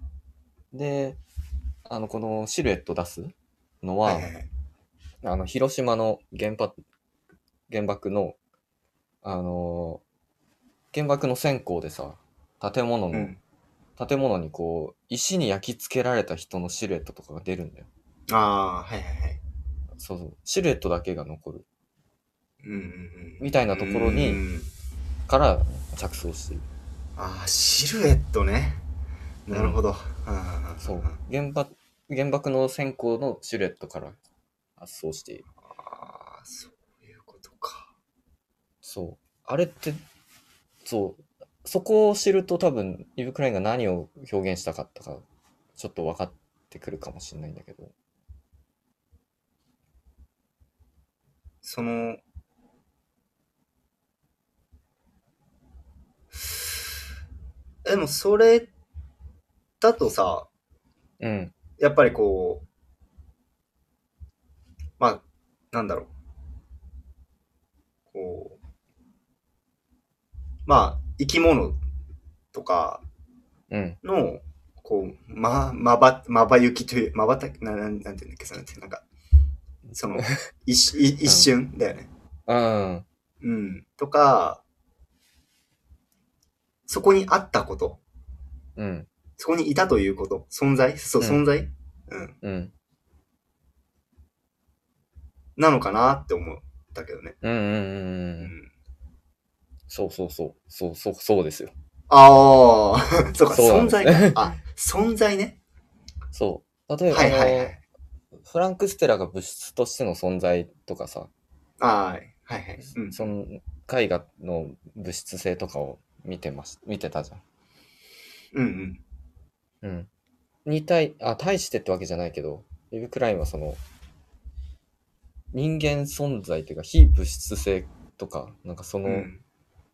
で、あの、このシルエット出すのは、
はいはいはい。
あの、広島の原発、原爆の、あのー原爆の線香でさ、建物の、
うん。
建物にこう、石に焼き付けられた人のシルエットとかが出るんだよ。
ああ、はいはいはい。
そうそう。シルエットだけが残る。
うんうん
みたいな
うん。う
ところに、
ーん。
から着想してる。
ああ、シルエットね。
うん。
なるほど。はあはあは
そう。
あは
原爆、原爆の線香のシルエットから発想している。
ああ、そういうことか。
そう。あれって、そう。そこを知ると多分、イブ・クラインが何を表現したかったか、ちょっと分かってくるかもしれないんだけど。
その、でもそれだとさ、
うん。
やっぱりこう、まあ、なんだろう。こう、まあ、生き物とか
うん。
の、 こう、ま、まば、まばゆきという、まばたき、な、なん、なんていうんだっけ、その、なんか、その、一、一一瞬だよね。
うん。
うん。とか、そこにあったこと、
うん。
そこにいたということ、存在そう、
うん。
存在うん。
うん。
なのかなって思ったけどね。
うん。うん。うん。
うん。
そうそうそう。そう、そう、そうですよ。
ああ、そうか、
そうなんです
存在か。
ね。
あ、存在ね。
そう。例えば、
はいはいは
あの、
い。
フランク・ステラが物質としての存在とかさ、
はい。はいはい。うんうん。
その絵画の物質性とかを見てまし、見てたじゃん。
うんうん。
うん。に対、あ、対してってわけじゃないけど、イブ・クラインはその人間存在というか非物質性とか、なんかその
うん。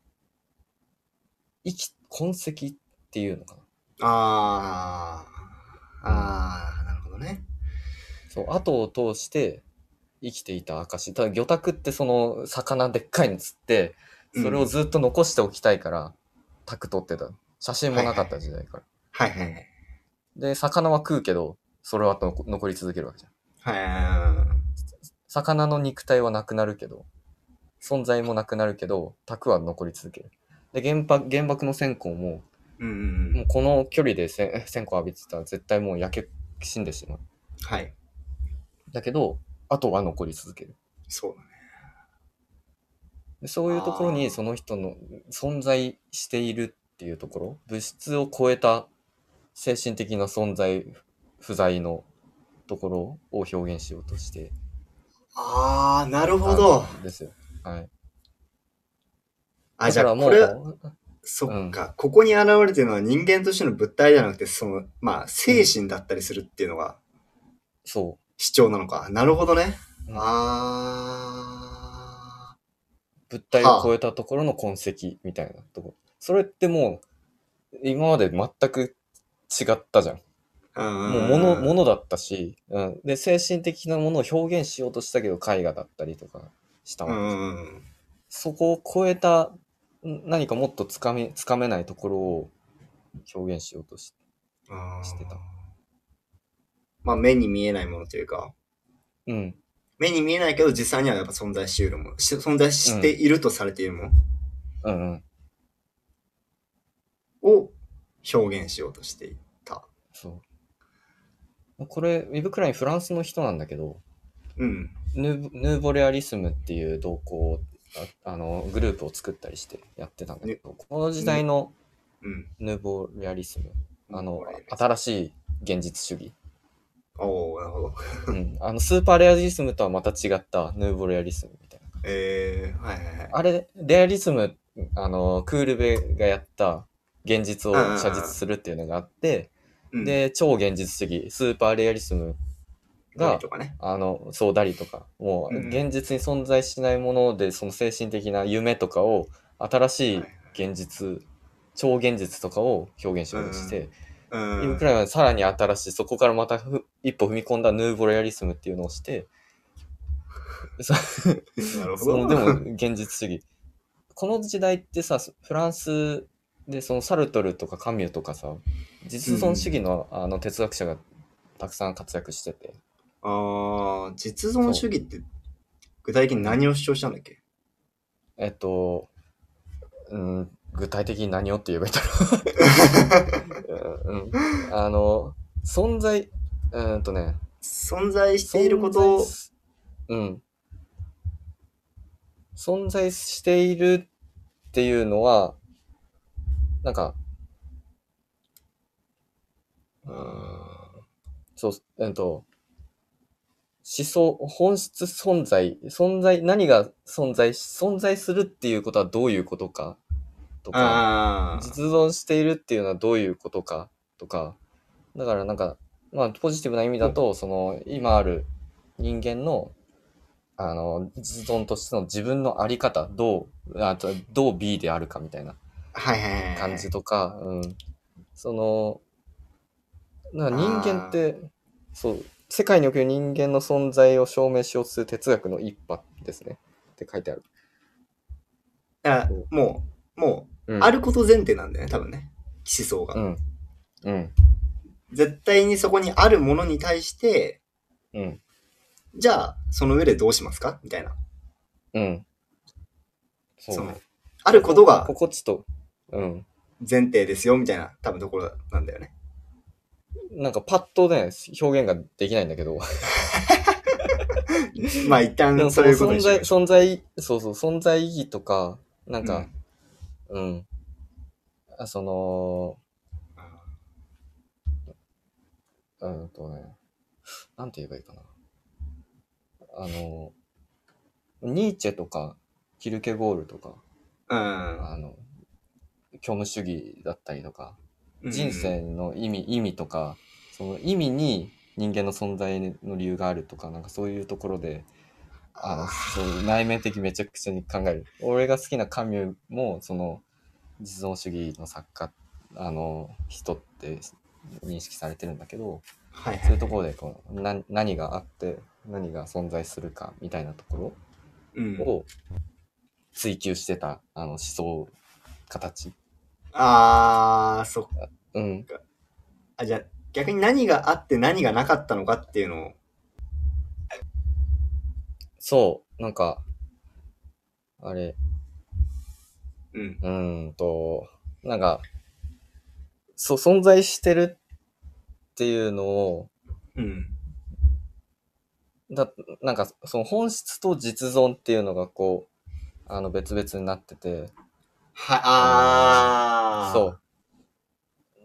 生き、痕跡っていうのかな。
ああ。
うん。
ああ、なるほどね。
そう、後を通して生きていた証。ただ魚拓ってその魚でっかいの釣って、それを
うん。
ずっと残しておきたいから、拓取ってた。写真もなかった
はいはいはい。
時代から。うん。
はいはいはい。
で、魚は食うけど、それはと残り続けるわけじゃん。
はい。
魚の肉体はなくなるけど、存在もなくなるけど、拓は残り続ける。で、原爆、原爆の線香も、
うんうんうん。
もうこの距離で線線香浴びてたら絶対もう焼け死んでしまう。
はい。
だけど、後は残り続ける。
そうだね。
でそういうところにそ
あ
の人の存在しているっていうところ、物質を超えた精神的な存在、不在のところを表現しようとして
あ。ああ、なるほ
たん
ど。
ですよ。はい。
あ、じゃあ、
だから
これ、
もう、うん、
そっか。ここに現れてるのは人間としての物体じゃなくて、その、まあ、
うん、
精神だったりするっていうのが
そ
主張なのか。なるほどね。
う、うん、
あ
物
あ。
体を超え
は
たところの痕跡みたいなところ。それってもう、今まで全く違ったじゃん。
あ。うん
もう物、
うんうん。
物だったし、うん。で、精神的なものを表現しようとしたけど、絵画だったりとかした
うん
わけじゃん。
うんうん。
そこを超えた、ん何かもっとつかみ、つかめないところを表現しようとし、
あー
してた。
まあ、目に見えないものというか、
うん、
目に見えないけど実際にはやっぱ存在し得るもの、し存在して
うん、
いるとされているもの
うん、うん。
を表現しようとしていた。
そう。これ、ウィブ・クラインフランスの人なんだけど、
うん。
ヌーヌーボレアリスムっていう動向を、ああの、グループを作ったりしてやってたんだけ
ね、
ど、この時代
ね、
の
うん。
ヌーボレアリスム、あの、
これです。
新しい現実主義。
おー、なるほど。
うん。あの、スーパーレアリスムとはまた違ったヌーボレアリスムみたいな感じ。
えー、はいはいはい。
あれ、レアリスム、あの、クールベがやった現実を写実するっていうのがあって、
うん。
で、超現実主義、スーパーレアリスムが、
ダリとかね。
あの、そうだりとか、もう
うん。
現実に存在しないもので、その精神的な夢とかを、新しい
はい。
現実、超現実とかを表現し
うん。
ようとして、
う
イブクライ
ん。
はさらに新しい、そこからまたふ一歩踏み込んだヌーボレアリスムっていうのをして、そ
なるほど。
その、でも現実主義。この時代ってさ、フランスでそのサルトルとかカミュとかさ、実存主
うん。
義のあの哲学者がたくさん活躍してて、
あー、実存主
そ
義って具体的に
う。うん。
何を主張したんだっけ？
えっと、うん、具体的に何をって言えばいいんだろう。うん。あの、存在、うーんとね、
存在しているこ
存在
とを、
す、うん。存在しているっていうのは、なんか、うーん、そう、うんと、思想、本質存在、存在、何が存在し、存在するっていうことはどういうことかとか、
あ
実存しているっていうのはどういうことかとか、だからなんか、まあ、ポジティブな意味
ー、ほう。
だと、その、今ある人間の、あの、実存としての自分のあり方、どう、あと、どう B であるかみたいな
はいはいはいは
感じ
い。
とか、うん。その、なんか人間っ
あ
て、そう、世界における人間の存在を証明しようとする哲学の一派ですね。って書いてある。
ー、あ
そ
もう、もう、
う。うん。
あること前提なんだよね、多分ね。思想が。
うん。うん。
絶対にそこにあるものに対して、
うん。
じゃあ、その上でどうしますかみたいな。
うん。そう。
その、あることが
ここちと、うん。
前提ですよ、みたいな、多分ところなんだよね。
なんかパッとね、表現ができないんだけど。
まあ一
でも
旦そういうこと
その存在、
にしましょ
存在、そうそう、存在意義とか、なん
う。う
か、
ん。
うん。あその、うんとね、なんて言えばいいかな。あの、ニーチェとか、キルケゴールとか、
うん。
あの、虚無主義だったりとか、
うん。
人生の意味、意味とか、その意味に人間の存在の理由があるとか、なんかそういうところで、あの、
あ
そう内面的めちゃくちゃに考える。俺が好きなカミュも、その、実存主義の作家、あの、人って認識されてるんだけど、
はいはいはい。
そういうところでこうな何があって何が存在するかみたいなとこ
うん。
ろを追求してたあの思想形。
あー、そっ
うん。
か。あ、じゃあ、逆に何があって何がなかったのかっていうのを、
そう。なんか、あれ、
うん。
うーんと、なんか、そう、存在してるっていうのを、
うん。
だ、なんか、その本質と実存っていうのがこう、あの別々になってて、
は、
あの
あ
そう。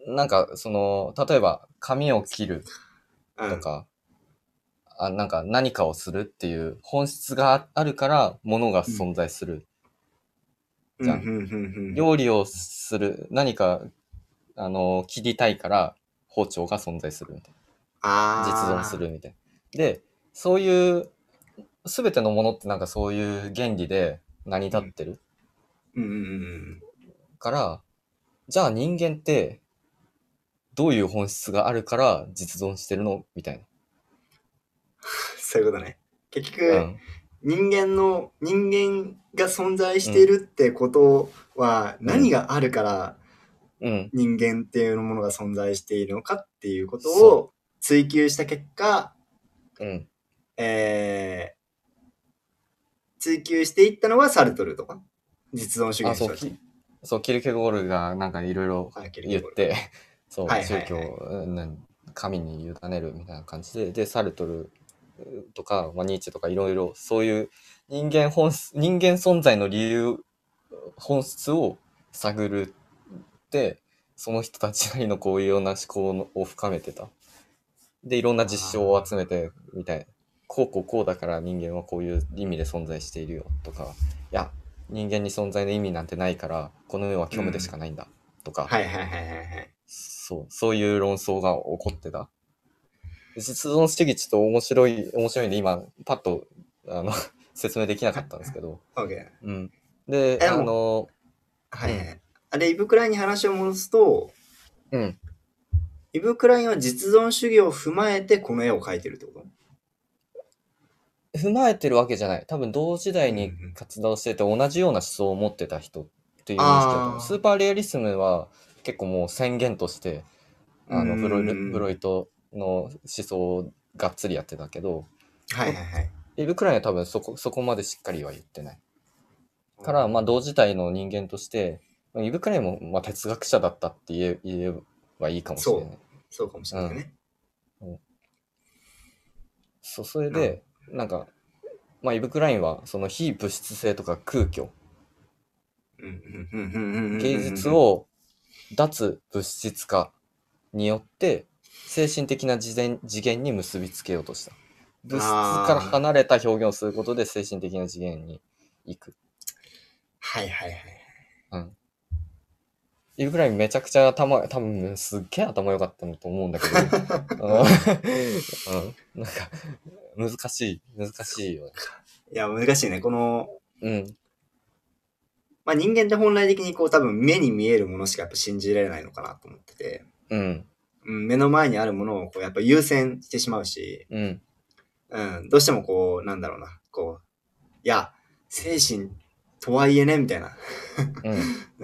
なんか、その、例えば、髪を切る
ー。うん。
とか、あ、なんか何かをするっていう本質があるから物が
うん。
存在する
うん、うん、
じゃん。
うん、うん。
料理をする、何か、あの、切りたいから包丁が存在するみたいな。実存す
あ
るみたいな。で、そういう、すべてのものってなんかそういう原理で成り
ー。うん。
立ってる
うん、うん、うん。
から、じゃあ人間ってどういう本質があるから実存してるのみたい
そういうことね。結
な。う
局、
ん。
人間の、人間が存在し
うん。
ているってことは、
うん。
何があるから
うん。
人間っていうものが存在しているのかっていうこと
そ
を追求した結果、
う。うん。
えー、追求していったのがサルトルとか、実存主義
あ、そう、
の人たち。
き、そう、キルケゴールがなんかいろいろ
あ、ケルケゴール。
言って、そう、
はいはい
宗教、
はい。
うん、神に委ねるみたいな感じで、で、サルトルとか、まあ、ニーチェとかいろいろ、そういう人間本質、人間存在の理由、本質を探るって、その人たちなりのこういうような思考を深めてた。で、いろんな実証を集めて、みたいな。こうこうこうだから人間はこういう意味で存在しているよとか、いや、人間に存在の意味なんてないから、この世は虚無でしかないんだとか、
はいはいはいはいはい。
そう、そういう論争が起こってた。実存主義ちょっと面白い、面白いんで今、パッと、あの、説明できなかったんですけど、
OK。
うん。で、
え、で
あ
も、
の、うん、
はいはい。あれ、イブクラインに話を戻すと、
うん。
イブクラインは実存主義を踏まえてこの絵を描いてるってこと？
踏まえてるわけじゃない。多分同時代に
うんうん。
活動してて同じような思想を持ってた人っていう認識だと思う。スー
ああ、
パーレアリスムは結構もう宣言として、
うー
あの、フロイル、フロ
ん。
イトの思想をがっつりやってたけど、
はいはいはい。
イブ・クラインは多分そこ、そこまでしっかりは言ってない。
あ
から、まあ同
ー、
時代の人間として、イブ・クラインもまあ哲学者だったって言え、言えばいいかもしれ
そう。
ない。
そうかもし
うん。
れないね。
うん、そう、それ
なるほど。
で、なんか、まあイブ・クラインはその非物質性とか空虚、
うんうんうんうんうんうん
芸
うんうん。
術を脱物質化によって精神的な次元次元に結びつけようとした。物質から
ああ、
離れた表現をすることで精神的な次元に行く。
はいはいはい。
うん。いうぐらいめちゃくちゃ頭、多分すっげえ頭良かったんだと思うんだけど、あのうん、なんか難しい、難しいよね。
いや、難しいね。この、
うん、
まあ、人間って本来的にこう多分目に見えるものしかやっぱ信じられないのかなと思ってて、
うん、
うん、目の前にあるものをこうやっぱ優先してしまうし、
うん、
うん、どうしてもこう、なんだろうな、こう、いや、精神とはいえね、みたいな。
うん、
うん、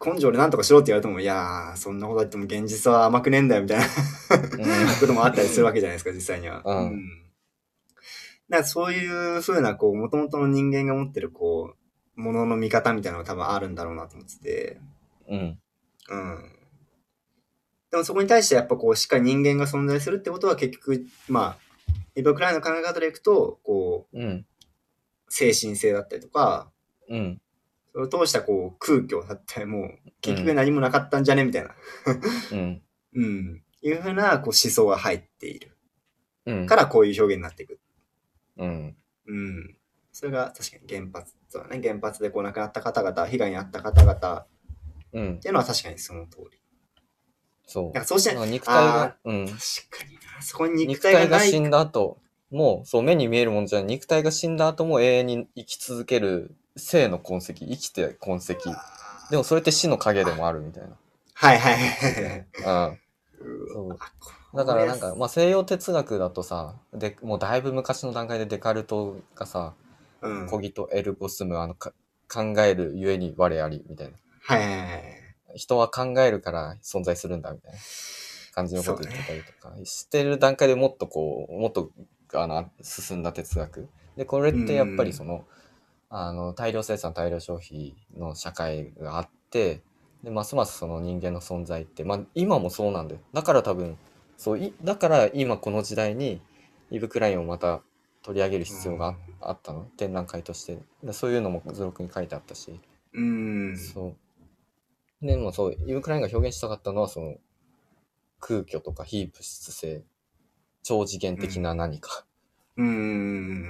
根性でなんとかしろって言われても、いやー、そんなこと言っても現実は甘くねえんだよみたいなこともあったりするわけじゃないですか、実際には。
うん。
うん。だからそういう風な、こう、元々の人間が持ってる、こう、ものの見方みたいなのが多分あるんだろうなと思ってて。
うん。
うん。でもそこに対してやっぱこう、しっかり人間が存在するってことは結局、まあ、イブ・クラインの考え方でいくと、こう、
うん。
精神性だったりとか、
うん。
それを通したこう空虚だったり、もう結局
うん。
何もなかったんじゃねみたいな。
うん。
うん。いうふうなこう思想が入っている。
うん。
からこういう表現になっていく。
うん。
うん。それが確かに原発、そうだね。原発でこう亡くなった方々、被害に遭った方々
うん
っていうのは確かにその通り。
そう。
なんかそうして、
なんか肉体
あ
が、う
ー、
ん。
確かにな。そこに肉
肉
体がない
体が死んだ後も、そう、目に見えるもんじゃない。肉体が死んだ後も永遠に生き続ける生の痕跡、生きて痕跡。でもそれって死の影でもあるみたいな。
はいはいはい
はい。うん。
う
そう。
わ
だからなんか、まあ西洋哲学だとさ、で、もうだいぶ昔の段階でデカルトがさ、
うん。
コギトエルゴスム、あのか、考えるゆえに我あり、みたいな。
はいはいはい。
人は考えるから存在するんだ、みたいな感じのこと言ってたりとか、
ね、
してる段階でもっとこう、もっと、あの、進んだ哲学。で、これってやっぱりその、あの、大量生産、大量消費の社会があって、で、ますますその人間の存在って、まあ今もそうなんだよ。だから多分、そう、いだから今この時代に、イブ・クラインをまた取り上げる必要がああったの。展覧会として。でそういうのも図録に書いてあったし。
うん。
そう。でもそう、イブ・クラインが表現したかったのは、その、空虚とか非物質性、超次元的な何か。
うん。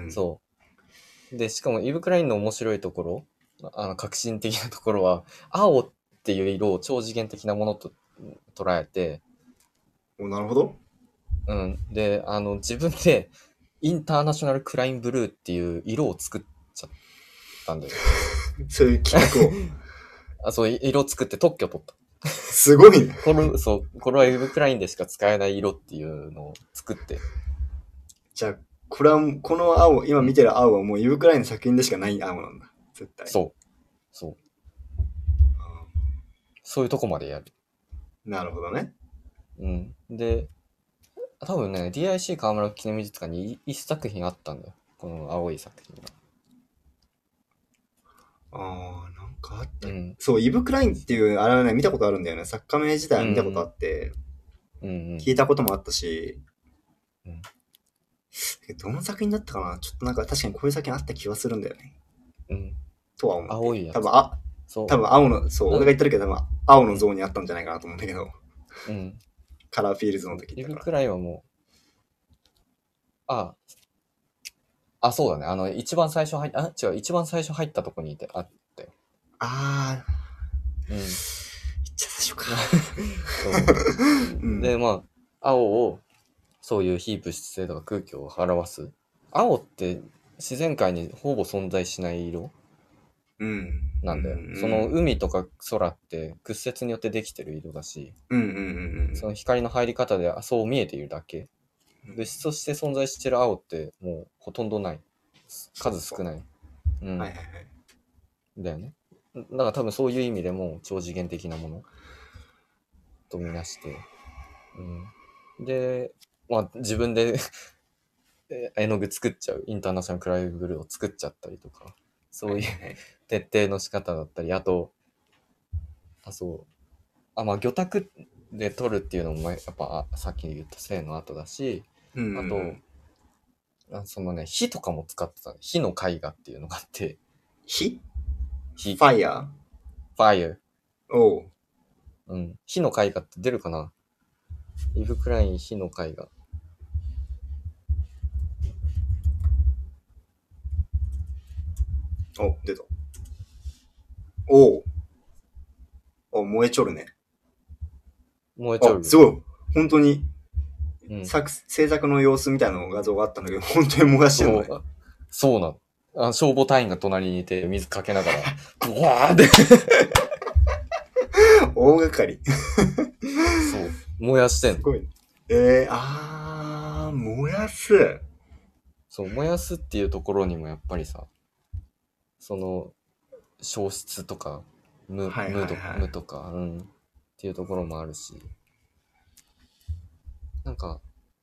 そう。で、しかもイブ・クラインの面白いところ、あの、革新的なところは、青っていう色を超次元的なものと捉えて、
お、なるほど。
うん。で、あの、自分で、インターナショナルクラインブルーっていう色を作っちゃったんだよ。
そういう企画を。
あ、そう、色作って特許取った。
すごいね。
これ、そう、これはイブ・クラインでしか使えない色っていうのを作って。
じゃあ、これは、この青、今見てる青はもうイブ・クラインの作品でしかない青なんだ。絶対。
そう。そう。そういうとこまでやる。
なるほどね。
うん。で、多分ね、ディーアイシー 河村記念美術館に一作品あったんだよ。この青い作品が。
ああ、なんかあった、
うん。
そう、イブ・クラインっていう、あれはね、見たことあるんだよね。作家名自体は見たことあって、
うんうん。
聞いたこともあったし、
うん、
どの作品だったかな、ちょっとなんか確かにこういう作品あった気がするんだよね。
うん。
とは思って。
青いやつ。
多分、あ、
そう。
多分青の、そう、俺が言ってるけど、多分青のゾーンにあったんじゃないかなと思うんだけど。
うん。
カラーフィールズの時
イブ・
だから。
クラインはもう、あ、あ、そうだね。あの、一番最初入っ、あ、違う、一番最初入ったとこにいて、あったよ。
あー、
うん。
言っちゃ最初か。
そう。
うん、
で、まあ、青を、そういう非物質性とか空気を表す。青って自然界にほぼ存在しない色
うん、
なんだよ。
うん、
その海とか空って屈折によってできてる色だし、
うんうんうんうん、
その光の入り方でそう見えているだけ。物質として存在してる青ってもうほとんどない。数少ない。うん。
はいはいはい。
だよね。だから多分そういう意味でも超次元的なものとみなして。うん。で、まあ自分で絵の具作っちゃう。インターナショナルクライブルーを作っちゃったりとか。そういう徹底の仕方だったり、あと、あ、そう。あ、まあ魚拓で撮るっていうのもやっぱさっき言った性の後だし、
うん、
あと、あそのね、火とかも使ってた、ね。火の絵画っていうのがあって。
火
火。
ファイヤー
ファイア。
おう。
うん。火の絵画って出るかな？イブ・クライン火の絵画。
お、出た。おう。お、燃えちょるね。
燃えちゃうよ。
すごい。本当に、
うん、
作制作の様子みたいな画像があったんだけど、本当に燃やしてるのね。
そう、そうなの。あ消防隊員が隣にいて水かけながら、ブワーって
大掛かり。
そう、燃やしてんの。
すごい。えー、あー、燃やす。
そう、燃やすっていうところにもやっぱりさ、その、消失とか、 無、
はいはい
無と
はい
無とか、うん、っていうところもあるし、なんか、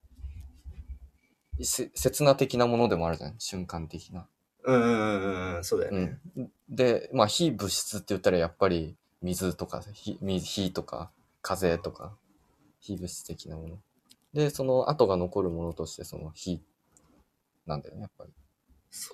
せ刹那的なものでもあるじゃん、瞬間的な。
うんうんうんうん、そうだよ
う
ね。
ん。で、まあ、非物質って言ったらやっぱり水とか、火水火とか、風とか、非物質的なもの。で、その後が残るものとして、その火なんだよね、やっぱり。
そう。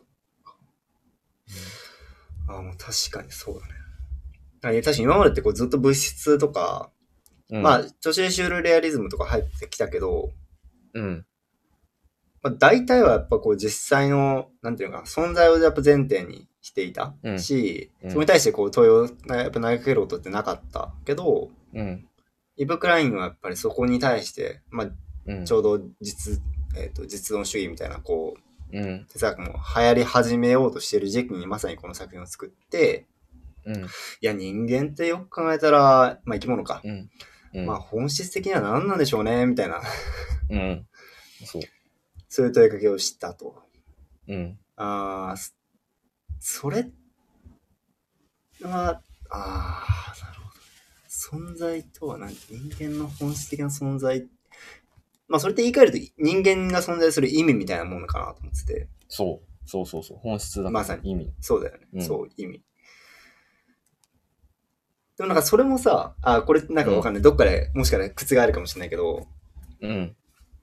ああ、もう確かにそうだね。あいや確かに今までってこうずっと物質とか、
うん。
まあ、女性シュールレアリズムとか入ってきたけど、
うん。
まあ、大体はやっぱこう実際の、なんていうのかな、存在をやっぱ前提にしていた
うん。
し、
うん
それに対してこう問いをやっぱ投げかけることってなかったけど、
うん。
イブ・クラインはやっぱりそこに対して、まあ、
うん。
ちょうど実、えっ、と、実存主義みたいな、こう、
うん。
哲学も流行り始めようとしている時期にまさにこの作品を作って、
うん。
いや、人間ってよく考えたら、まあ生き物か。
うん。うん。
まあ本質的には何なんでしょうね、みたいな、
うん。そう。
そういう問いかけをしたと。
うん。
ああ、それは、ああ、なるほど。存在とは何人間の本質的な存在。まあそれって言い換えると人間が存在する意味みたいなものかなと思ってて。
そう。そうそうそう。本質だから、
まさに。
意味。
そうだよね。
うん
そう、意味。でもなんかそれもさ、あ、これなんかわかんない。どっかでもしかしたら覆あるかもしれないけど、
うん。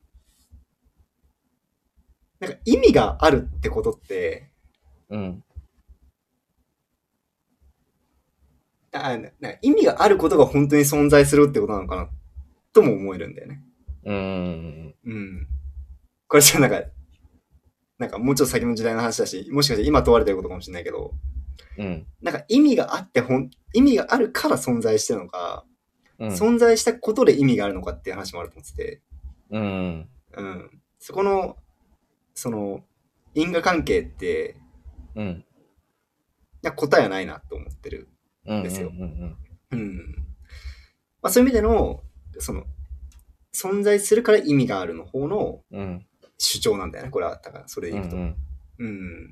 なんか意味があるってことって、
うん。
あなな意味があることが本当に存在するってことなのかなとも思えるんだよね。
うん。
うん。これじゃなんか、なんかもうちょっと先の時代の話だし、もしかして今問われてることかもしれないけど、
うん。
なんか意味があってほん、意味があるから存在してるのか、
うん。
存在したことで意味があるのかっていう話もあると思ってて、
うん。
うん。そこの、その、因果関係って、
うん。
答えはないなと思ってる
うん。
んですよ。
うん。
うん。まあそういう意味での、その、存在するから意味があるの方の
うん。
主張なんだよね。これは、だからそれで
うん。
いくと。
うん。
うん。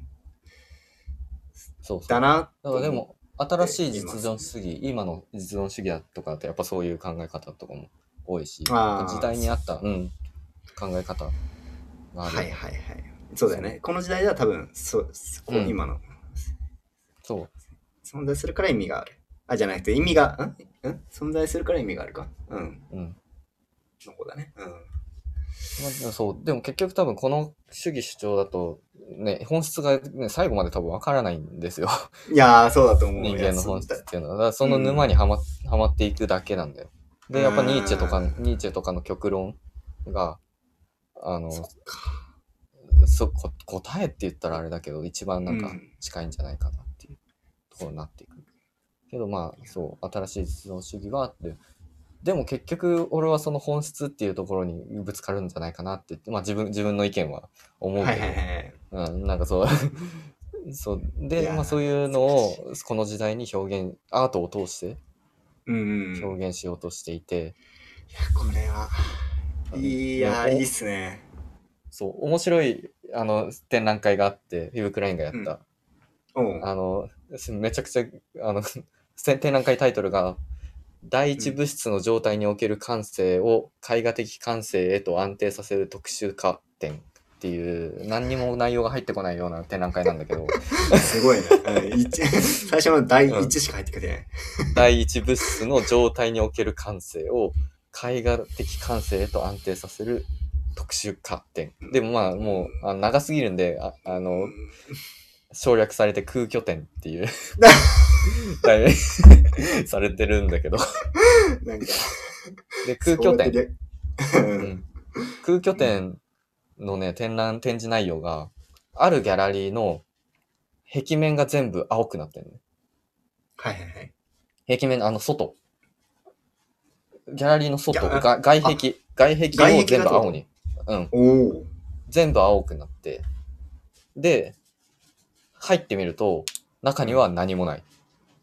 そうそう。
だな
だからでも、新しい実
います
存主義、今の実存主義だとかってやっぱそういう考え方とかも多いし、
あー
やっぱ時代に合った、うん、考え方がある。
はいはいはい。そうだよね。この時代では多分、そう、こう
うん
今の、
そう。
存在するから意味がある。あ、じゃなくて意味が、んん存在するから意味があるか。うん。
うん。
の子だね。うん。
まあ、そう。でも結局多分この主義主張だと、ね、本質が、ね、最後まで多分わからないんですよ。
いやー、そうだと思う。
人間の本質
いや
っていうのは。だからその沼にはま,、はまっていくだけなんだよ。で、やっぱニーチェとか、
うん
ニーチェとかの極論が、あの、
そっか。
そこ答えって言ったらあれだけど、一番なんか
うん
近いんじゃないかなっていうところになっていく。けどまあ、そう、新しい実存主義があって、でも結局俺はその本質っていうところにぶつかるんじゃないかなって言って、まあ自分、自分の意見は思うけど、
はいはいはい。
うん、なんかそう、そう、
い
で、
やー
まあそういうのをこの時代に表現、アートを通して
うんうん。
表現しようとしていて、
いや、これは、いやー、いいっすね。
そう、面白い、あの、展覧会があって、フィブ・クラインがやった。
うん、
あの、めちゃくちゃ、あの、展覧会タイトルが、第一物質の状態における感性を絵画的感性へと安定させる特殊化展っていう、何にも内容が入ってこないような展覧会なんだけど。
すごいね。最初の第一しか入ってきてない。
うん、第一物質の状態における感性を絵画的感性へと安定させる特殊化展。でもまあもうあ長すぎるんで、あ、あの、省略されて空虚展っていう題名されてるんだけど
なんか
で空虚展、
うん、
空虚展のね展覧展示内容があるギャラリーの壁面が全部青くなってるね。
はいはいはい。
壁面あの外、ギャラリーの外が外壁外壁を全部青に、うん、
お
全部青くなって、で入ってみると中には何もない。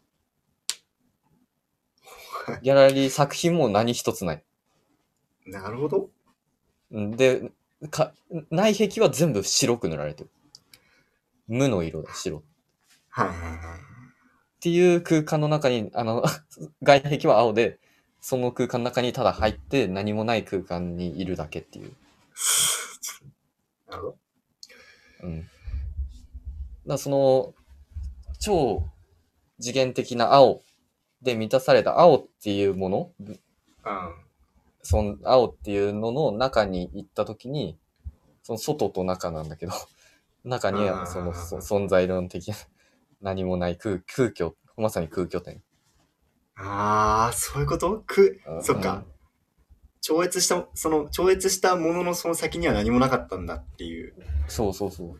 ギャラリー作品も何一つない。
なるほど。
で、か内壁は全部白く塗られてる。無の色だ、白。
はいはいはい。
っていう空間の中に、あの、外壁は青で、その空間の中にただ入って何もない空間にいるだけっていう。
なるほど。
うん。だからその、超次元的な青で満たされた青っていうもの、
うん。
その青っていうのの中に行った時に、その外と中なんだけど、中にはそのそ存在論的な何もない空空虚、まさに空虚点。
ああ、そういうことく、
うん
そっか。超越した、その、超越したもののその先には何もなかったんだっていう。
そうそうそう。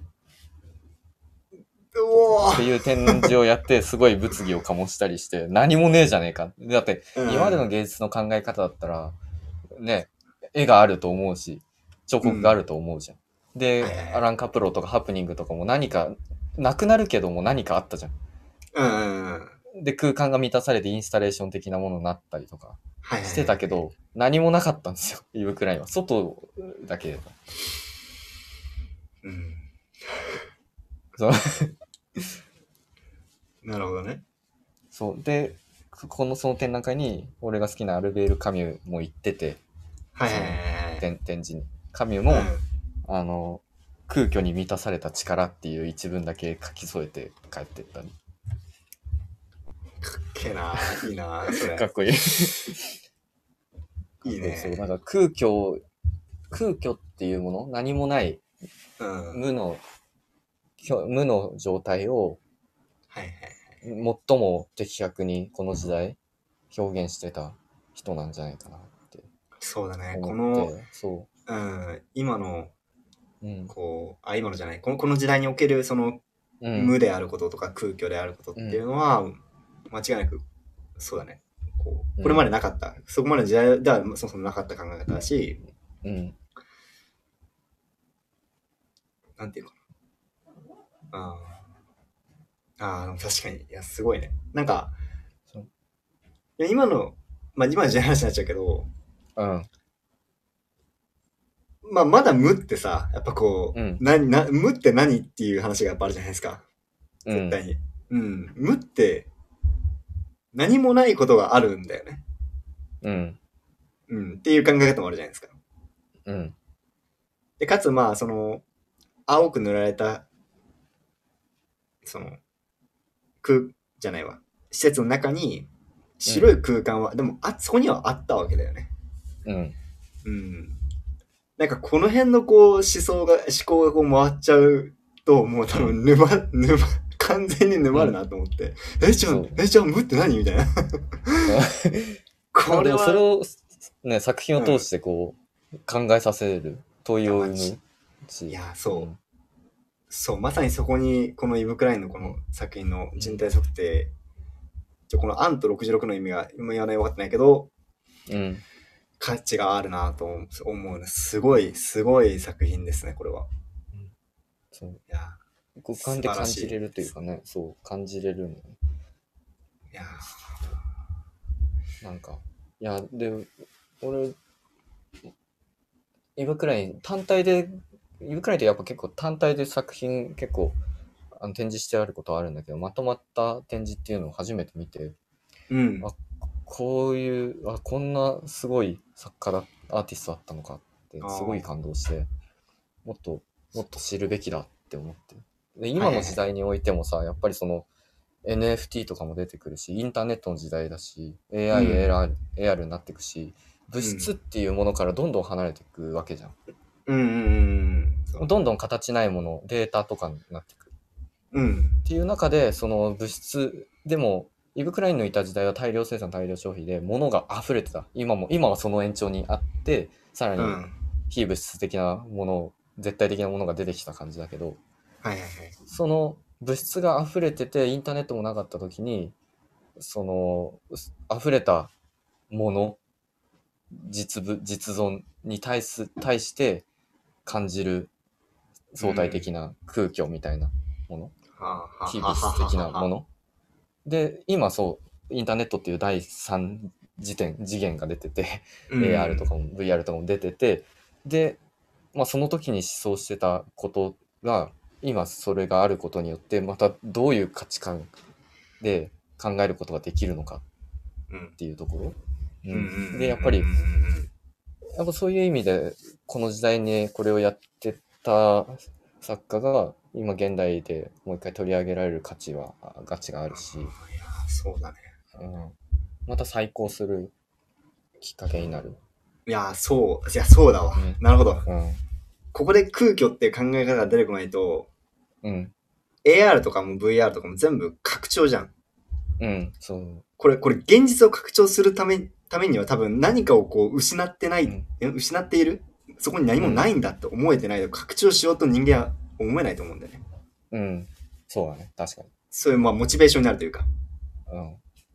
うお
っていう展示をやって、すごい物議を醸したりして、何もねえじゃねえか。だって、今までの芸術の考え方だったら、ね、絵があると思うし、彫刻があると思うじゃん。うん、で、アラン・カプロとかハプニングとかも何か、なくなるけども何かあったじゃん。
うん。
で、空間が満たされてインスタレーション的なものになったりとかしてたけど、何もなかったんですよ、イブ・クラインは。外だけ。
うん。
そう
なるほどね。
そう。で、このその展覧会に、俺が好きなアルベール・カミュも行ってて、
はいはいはいはい。
展展示に。カミュも、うん、あの、空虚に満たされた力っていう一文だけ書き添えて帰ってったり。
かっけえな、いいな、それ。
かっこいい。
いいね。
そう、なんか空虚、空虚っていうもの、何もない、
うん、
無の、無の状態を、
はいはいはい、
最も的確にこの時代表現してた人なんじゃないかなって。
そうだね。こ
思って、
の、
そう。
うん、今の、
うん、
こう、あ、今のじゃない、この、この時代における、その、うん、無であることとか空虚であることっていうのは、うん、間違いなく、そうだね。こう、これまでなかった。うん、そこまでの時代ではそもそもなかった考え方だし、
うん。
なんていうのかな。ああ、確かに。いや、すごいね。なんか、いや今の、まあ今の時代の話になっちゃうけど、
うん。
まあまだ無ってさ、やっぱこう、うん、な、な、無って何っていう話がやっぱあるじゃないですか。絶対に。うん。うん、無って、何もないことがあるんだよね。
うん。
うん。っていう考え方もあるじゃないですか。
うん。
で、かつまあ、その、青く塗られた、その、空、じゃないわ。施設の中に、白い空間は、うん、でも、あ、そこにはあったわけだよね。
うん。
うん。なんかこの辺のこう思想が、思考がこう回っちゃうと、もう多分沼、沼、完全に沼るなと思って。うん、え、じゃあ、え、じゃあ無って何みたいな。
これは。それを、ね、作品を通してこう、うん、考えさせる、問いを生むし。
いや、そう。うん、そう、まさにそこに、このイブ・クラインのこの作品の人体測定、うん、このアンとろくじゅうろくの意味が、今言わない分かってないけど、うん。価値があるなと思う。すごい、すごい作品ですね、これは。
うん、そう。い
や、
五感で感じれるというかね、そう、感じれるの。い
や
なんか、いや、で、俺、イブクライン、単体で、イブクラインってやっぱ結構単体で作品結構あの展示してあることはあるんだけど、まとまった展示っていうのを初めて見て、
うん、
あ、こういう、あ、こんなすごい作家だ、アーティストだったのかってすごい感動して、もっと、もっと知るべきだって思って。で、今の時代においてもさ、やっぱりその エヌエフティー とかも出てくるし、インターネットの時代だし、エーアイ、うん、エーアール、エーアール になっていくし、物質っていうものからどんどん離れていくわけじゃん。うんうんうん、どんどん形ないもの、データとかになっていく。うん、っていう中で、その物質でも、イブ・クラインのいた時代は大量生産大量消費で物が溢れてた。今も今はその延長にあって、さらに非物質的なもの、絶対的なものが出てきた感じだけど、はいはいはい、その物質が溢れててインターネットもなかった時に、その溢れたもの、実物実存に対す対して感じる相対的な空虚みたいなもの、うん、非物質的なもので、今そう、インターネットっていう第三次元、次元が出てて、うん、エーアール とかも ブイアール とかも出てて、で、まあその時に思想してたことが、今それがあることによって、またどういう価値観で考えることができるのか
うん
っていうところ、う
うんうん
ん、でやっぱり
うんうんうん
やっぱそういう意味でこの時代にこれをやってた作家が今現代でもう一回取り上げられる価値は価値があるし、
いやそうだね。
うん、また再考するきっかけになる。
いやそういやそうだわ、
ね、
なるほど。
うん
ここで空虚って考え方が出てこないと、
うん
エーアール とかも ブイアール とかも全部拡張じゃん。
うんそう
これこれ現実を拡張するためためには多分何かをこう失ってない、
うん
え失っている、そこに何もないんだって思えてないと拡張しようと人間は思えないと思うんだよね。
うんそうだね確かに。
そういうまあモチベーションになるというか、
うん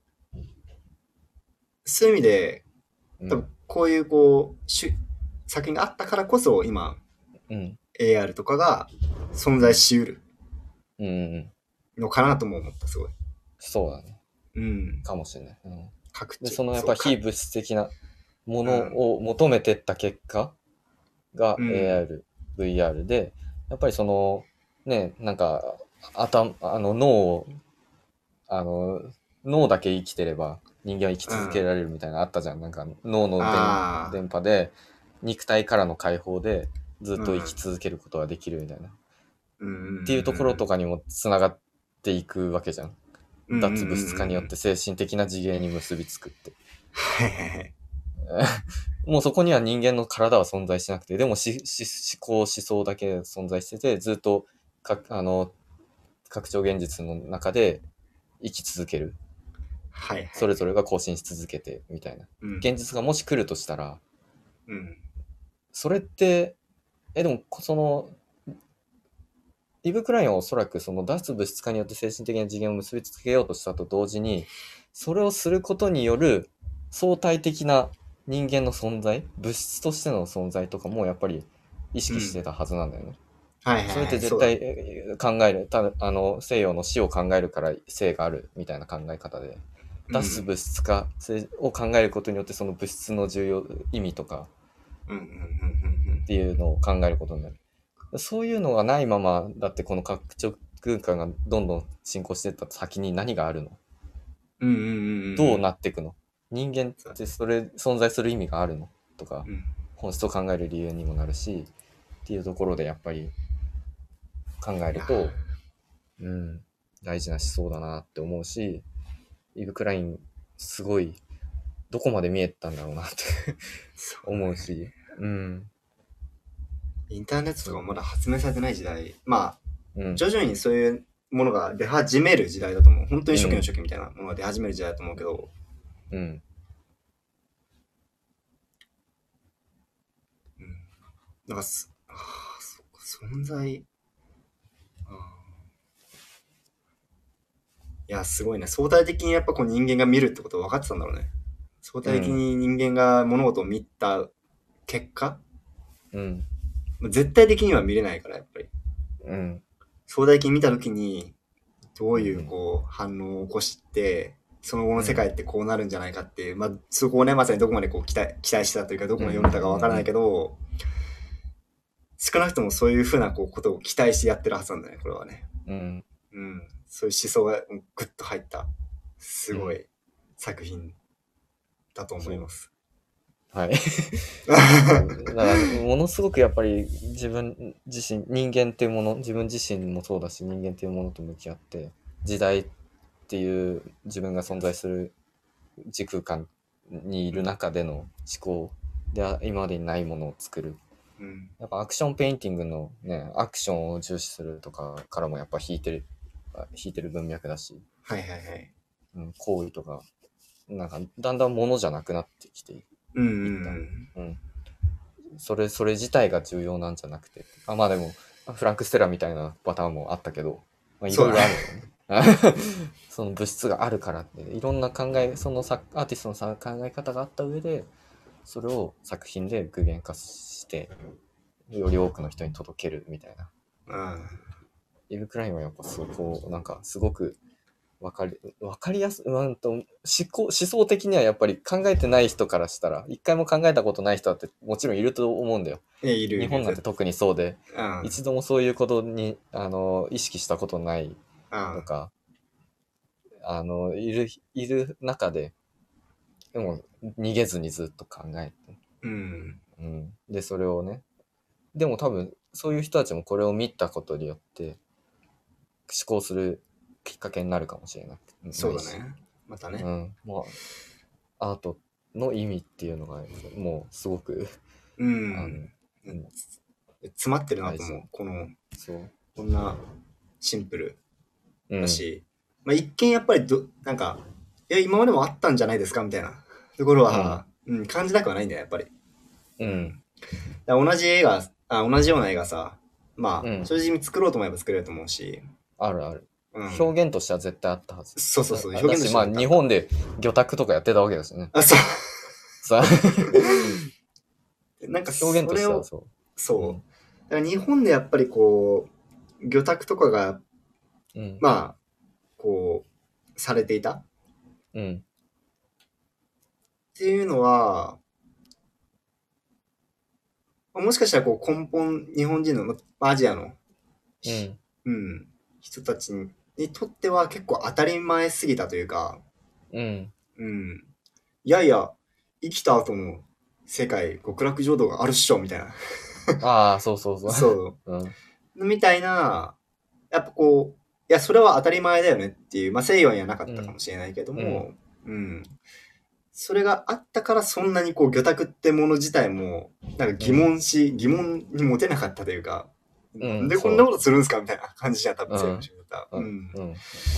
そういう意味で
うん
多分こういうこうしゅ作品があったからこそ今
うん
エーアール とかが存在しうる
うんうん
のかなとも思った、すごい。
そうだね
うん。
かもしれない。うん
拡張
でそのやっぱ
そう
非物質的なものを求めてった結果が
うん
エーアール、ブイアール でやっぱりそのねなんか頭あの脳をあの脳だけ生きてれば人間は生き続けられるみたいなのあったじゃん、なんか脳の
あー
電電波で肉体からの解放でずっと生き続けることができるみたいな、
うん
っていうところとかにもつながっていくわけじゃん、
うん
脱物質化によって精神的な次元に結びつくって
はいはいはい
もうそこには人間の体は存在しなくて、でもしし思考思想だけ存在してて、ずっとかあの拡張現実の中で生き続ける、
はいはい。
それぞれが更新し続けてみたいな
うん
現実がもし来るとしたら、
うん
それってえでもそのイブ・クラインはおそらくその脱物質化によって精神的な次元を結びつけようとしたと同時に、それをすることによる相対的な人間の存在、物質としての存在とかもやっぱり意識してたはずなんだよね。
はいはいはい。
それって絶
そうだ
対え考える、たあの西洋の死を考えるから生があるみたいな考え方で、脱物質化を考えることによってその物質の重要意味とか
うんうんうんうん
っていうのを考えることになる。そういうのがないままだってこの拡張空間がどんどん進行していった先に何があるの、
うんうんうんうん
どうなっていくの、人間ってそれ存在する意味があるのとか、
うん
本質を考える理由にもなるしっていうところでやっぱり考えると、うん、大事な思想だなって思うし、イブ・クラインすごいどこまで見えたんだろうなって思うし、うん
インターネットとかもまだ発明されてない時代、ま
うん
あ徐々にそういうものが出始める時代だと思う。本当に初期の初期みたいなものが出始める時代だと思うけど、
うん
うん、なんかすあーそっか存在あーいやすごいね。相対的にやっぱこう人間が見るってことを分かってたんだろうね。相対的に人間が物事を見た結果、
うん
絶対的には見れないからやっぱり
うん
相対的に見た時にどういうこう反応を起こしてその後の世界ってこうなるんじゃないかっていう、まあそこをねまさにどこまでこう期待期待してたというかどこまで読めたかわからないけど、少なくともそういうふうなこうことを期待してやってるはずなんだねこれはね。
うん
うん、そういう思想がグッと入ったすごい作品だと思います。
はいだからものすごくやっぱり自分自身人間っていうもの、自分自身もそうだし人間っていうものと向き合って時代っていう自分が存在する時空間にいる中での思考で今までにないものを作る、
うん、
やっぱアクションペインティングのねアクションを重視するとかからもやっぱ引いてる引いてる文脈だし、
はいはいはい、
うん、行為とかなんかだんだんものじゃなくなってきている。
うんうん
うん、それそれ自体が重要なんじゃなくて、あまあでもフランク・ステラみたいなパターンもあったけど、まあ、いろいろあるよね。その物質があるからっていろんな考え、そのアーティストのさ考え方があった上でそれを作品で具現化してより多くの人に届けるみたいな。
うん、
イブ・クラインはやっぱそこなんかすごくわかり、わかりやすい、うんと、思考、思想的にはやっぱり考えてない人からしたら、一回も考えたことない人だってもちろんいると思うんだよ。
えいる
日本なんて特にそうで、
うん、
一度もそういうことに、あの、意識したことない
うん
とか、 あの、いる、いる中で、でも逃げずにずっと考えて、
うん。
うん。で、それをね、でも多分、そういう人たちもこれを見たことによって、思考するきっかけになるかもしれない。
そうだね。またね。
うん。まあ、アートの意味っていうのが、もうすごく、
う
あの、
ん。
うん
詰まってるなと
大事
思う。この、
そう。
こんなシンプル
うん
だし、まあ一見やっぱりど、なんか、いや、今までもあったんじゃないですかみたいなところは、うん、感じなくはないんだよ、やっぱり。
う。
うんん。だから同じ映画、あ、同じような映画さ、まあ、
うん
正直作ろうと思えば作れると思うし、
あるある。
うん。
表現としては絶対あったはず。
そうそうそう、
だ
表現と
だし、まあ、
してはなんか
日本で魚拓とかやってたわけですよね。
あ、そう。
さ
なんか
表現と
それを、
してはそ
そう。
うん
だから日本でやっぱりこう、魚拓とかが、
う。うん。
まあ、こう、されていたっ
うん。
ていうのは、もしかしたらこう根本、日本人の、まアジアの、
うん。
うん、人たちににとっては結構当たり前すぎたというか、
うん。
うん。いやいや、生きた後の世界、極楽浄土があるっしょ、みたいな。
ああ、そうそうそう。
そ
うん。
う。みたいな、やっぱこう、いや、それは当たり前だよねっていう、まあ西洋にはなかったかもしれないけども、うん。それがあったからそんなにこう、魚拓ってもの自体も、なんか疑問し、疑問に持てなかったというか、
うん
なんでこんなことするんすかみたいな感じじゃん、多分西洋の人だったら。
う
うん。
ん。うん。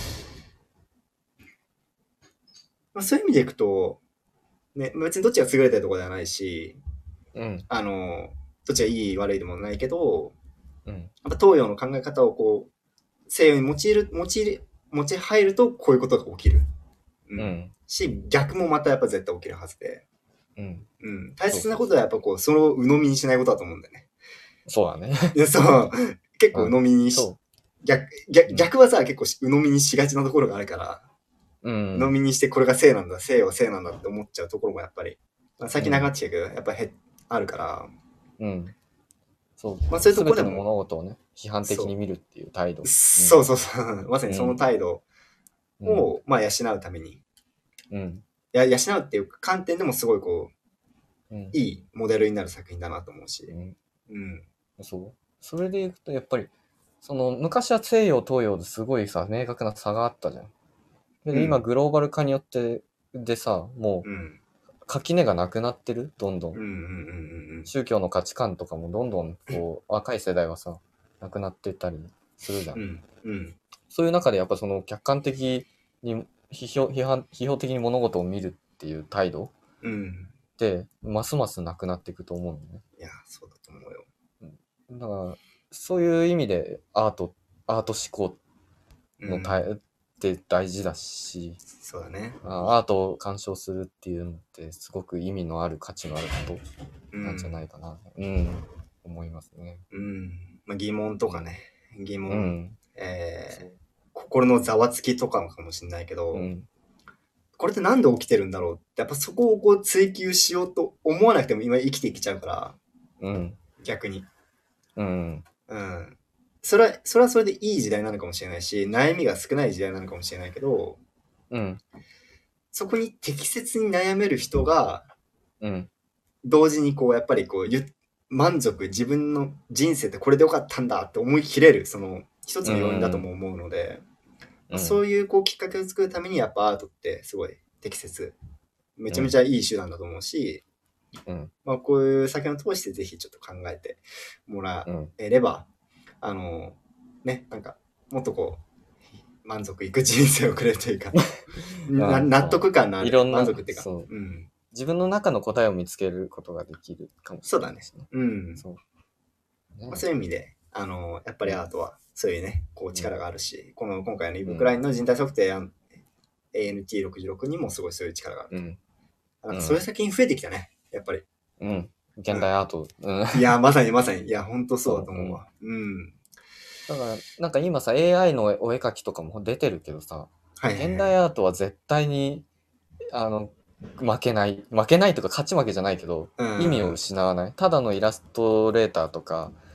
まあ、そういう意味でいくと、ね、別にどっちが優れてるところではないし、
うん。
あの、どっちがいい悪いでもないけど、
うん。
やっぱ東洋の考え方をこう、西洋に用いる、用いる、持ち入るとこういうことが起きる。うん。
うん。
し、逆もまたやっぱ絶対起きるはずで。
うん。
うん。大切なことはやっぱこう、それを鵜呑みにしないことだと思うんだよね。
そうだね。
いや、そう。結構鵜呑みにし、
そ
逆、逆
うん
逆はさ、結構鵜呑みにしがちなところがあるから、
う。うん。
鵜呑みにしてこれが正なんだ、西洋は正なんだって思っちゃうところもやっぱり、まあ、最近なくなってきたけど、やっぱへあるから、
うん。そう。
まあそういうところでも
全ての物事をね、批判的に見るっていう態度。
そうそうそう、まさにその態度
うん。
を、まあ養うために、
うん。
や養うっていう観点でもすごいこう、
うん。
いいモデルになる作品だなと思うし、
うん。
うん。
そう。それでいくと、やっぱり、その、昔は西洋、東洋ですごいさ、明確な差があったじゃん。で、
うん
今、グローバル化によって、でさ、もう、
うん。
垣根がなくなってるどんどん。
うんうんうんうん
宗教の価値観とかもどんどん、こう、若い世代はさ、なくなってったりするじゃん。
うん。うん。
そういう中で、やっぱその、客観的に、批評、批判、批評的に物事を見るっていう態度
うん。
って、ますますなくなっていくと思うのね。
いや、そうだと思うよ。
だから、そういう意味でアート、アート思考
うん。
のた、って大事だし、
そうだね。
あアートを鑑賞するっていうのってすごく意味のある価値のあるこ
うん。
となんじゃないかな。うん、思いますね。
うん。まあ疑問とかね、疑
う
問、
ん。
えー、心のざわつきとかかもしれないけど、
うん。
これってなんで起きてるんだろうって、やっぱそこをこう追求しようと思わなくても今生きていけちゃうから、
うん。
逆に。
うん。
うん。それは、それはそれでいい時代なのかもしれないし、悩みが少ない時代なのかもしれないけど、
うん。
そこに適切に悩める人が、
うん。
同時にこう、やっぱりこう、ゆ満足、自分の人生ってこれでよかったんだって思い切れる、その、一つの要因だとも思うので、まあ、そういうこうきっかけを作るためにやっぱアートってすごい適切。めちゃめちゃいい手段だと思うし、
うん。
まあこういう作品を通してぜひちょっと考えてもら
うん。
えれば、あの、ね、なんかもっとこう、満足いく人生をくれるというか、な
うん
納得感のある
いろんな
満足っていうか、
そう
うん。
自分の中の答えを見つけることができるかもしれないですね。
うん。
そう。ね
まあ、そういう意味で、あの、やっぱりアートはそういうね、こう力があるし、この今回のイブ・クラインの人体測定、エーエヌティーろくじゅうろく にもすごいそういう力がある。
うん。
なんかそういう作品増えてきたね、やっぱり。
うん。現代アート。うん。
いや、まさにまさに。いや、ほんとそうだと思うわ。うん。
だから、なんか今さ、エーアイ のお絵描きとかも出てるけどさ、
はいはいはい、
現代アートは絶対に、あの、負けない。負けないとか勝ち負けじゃないけど、
うん
意味を失わない。ただのイラストレーターとか、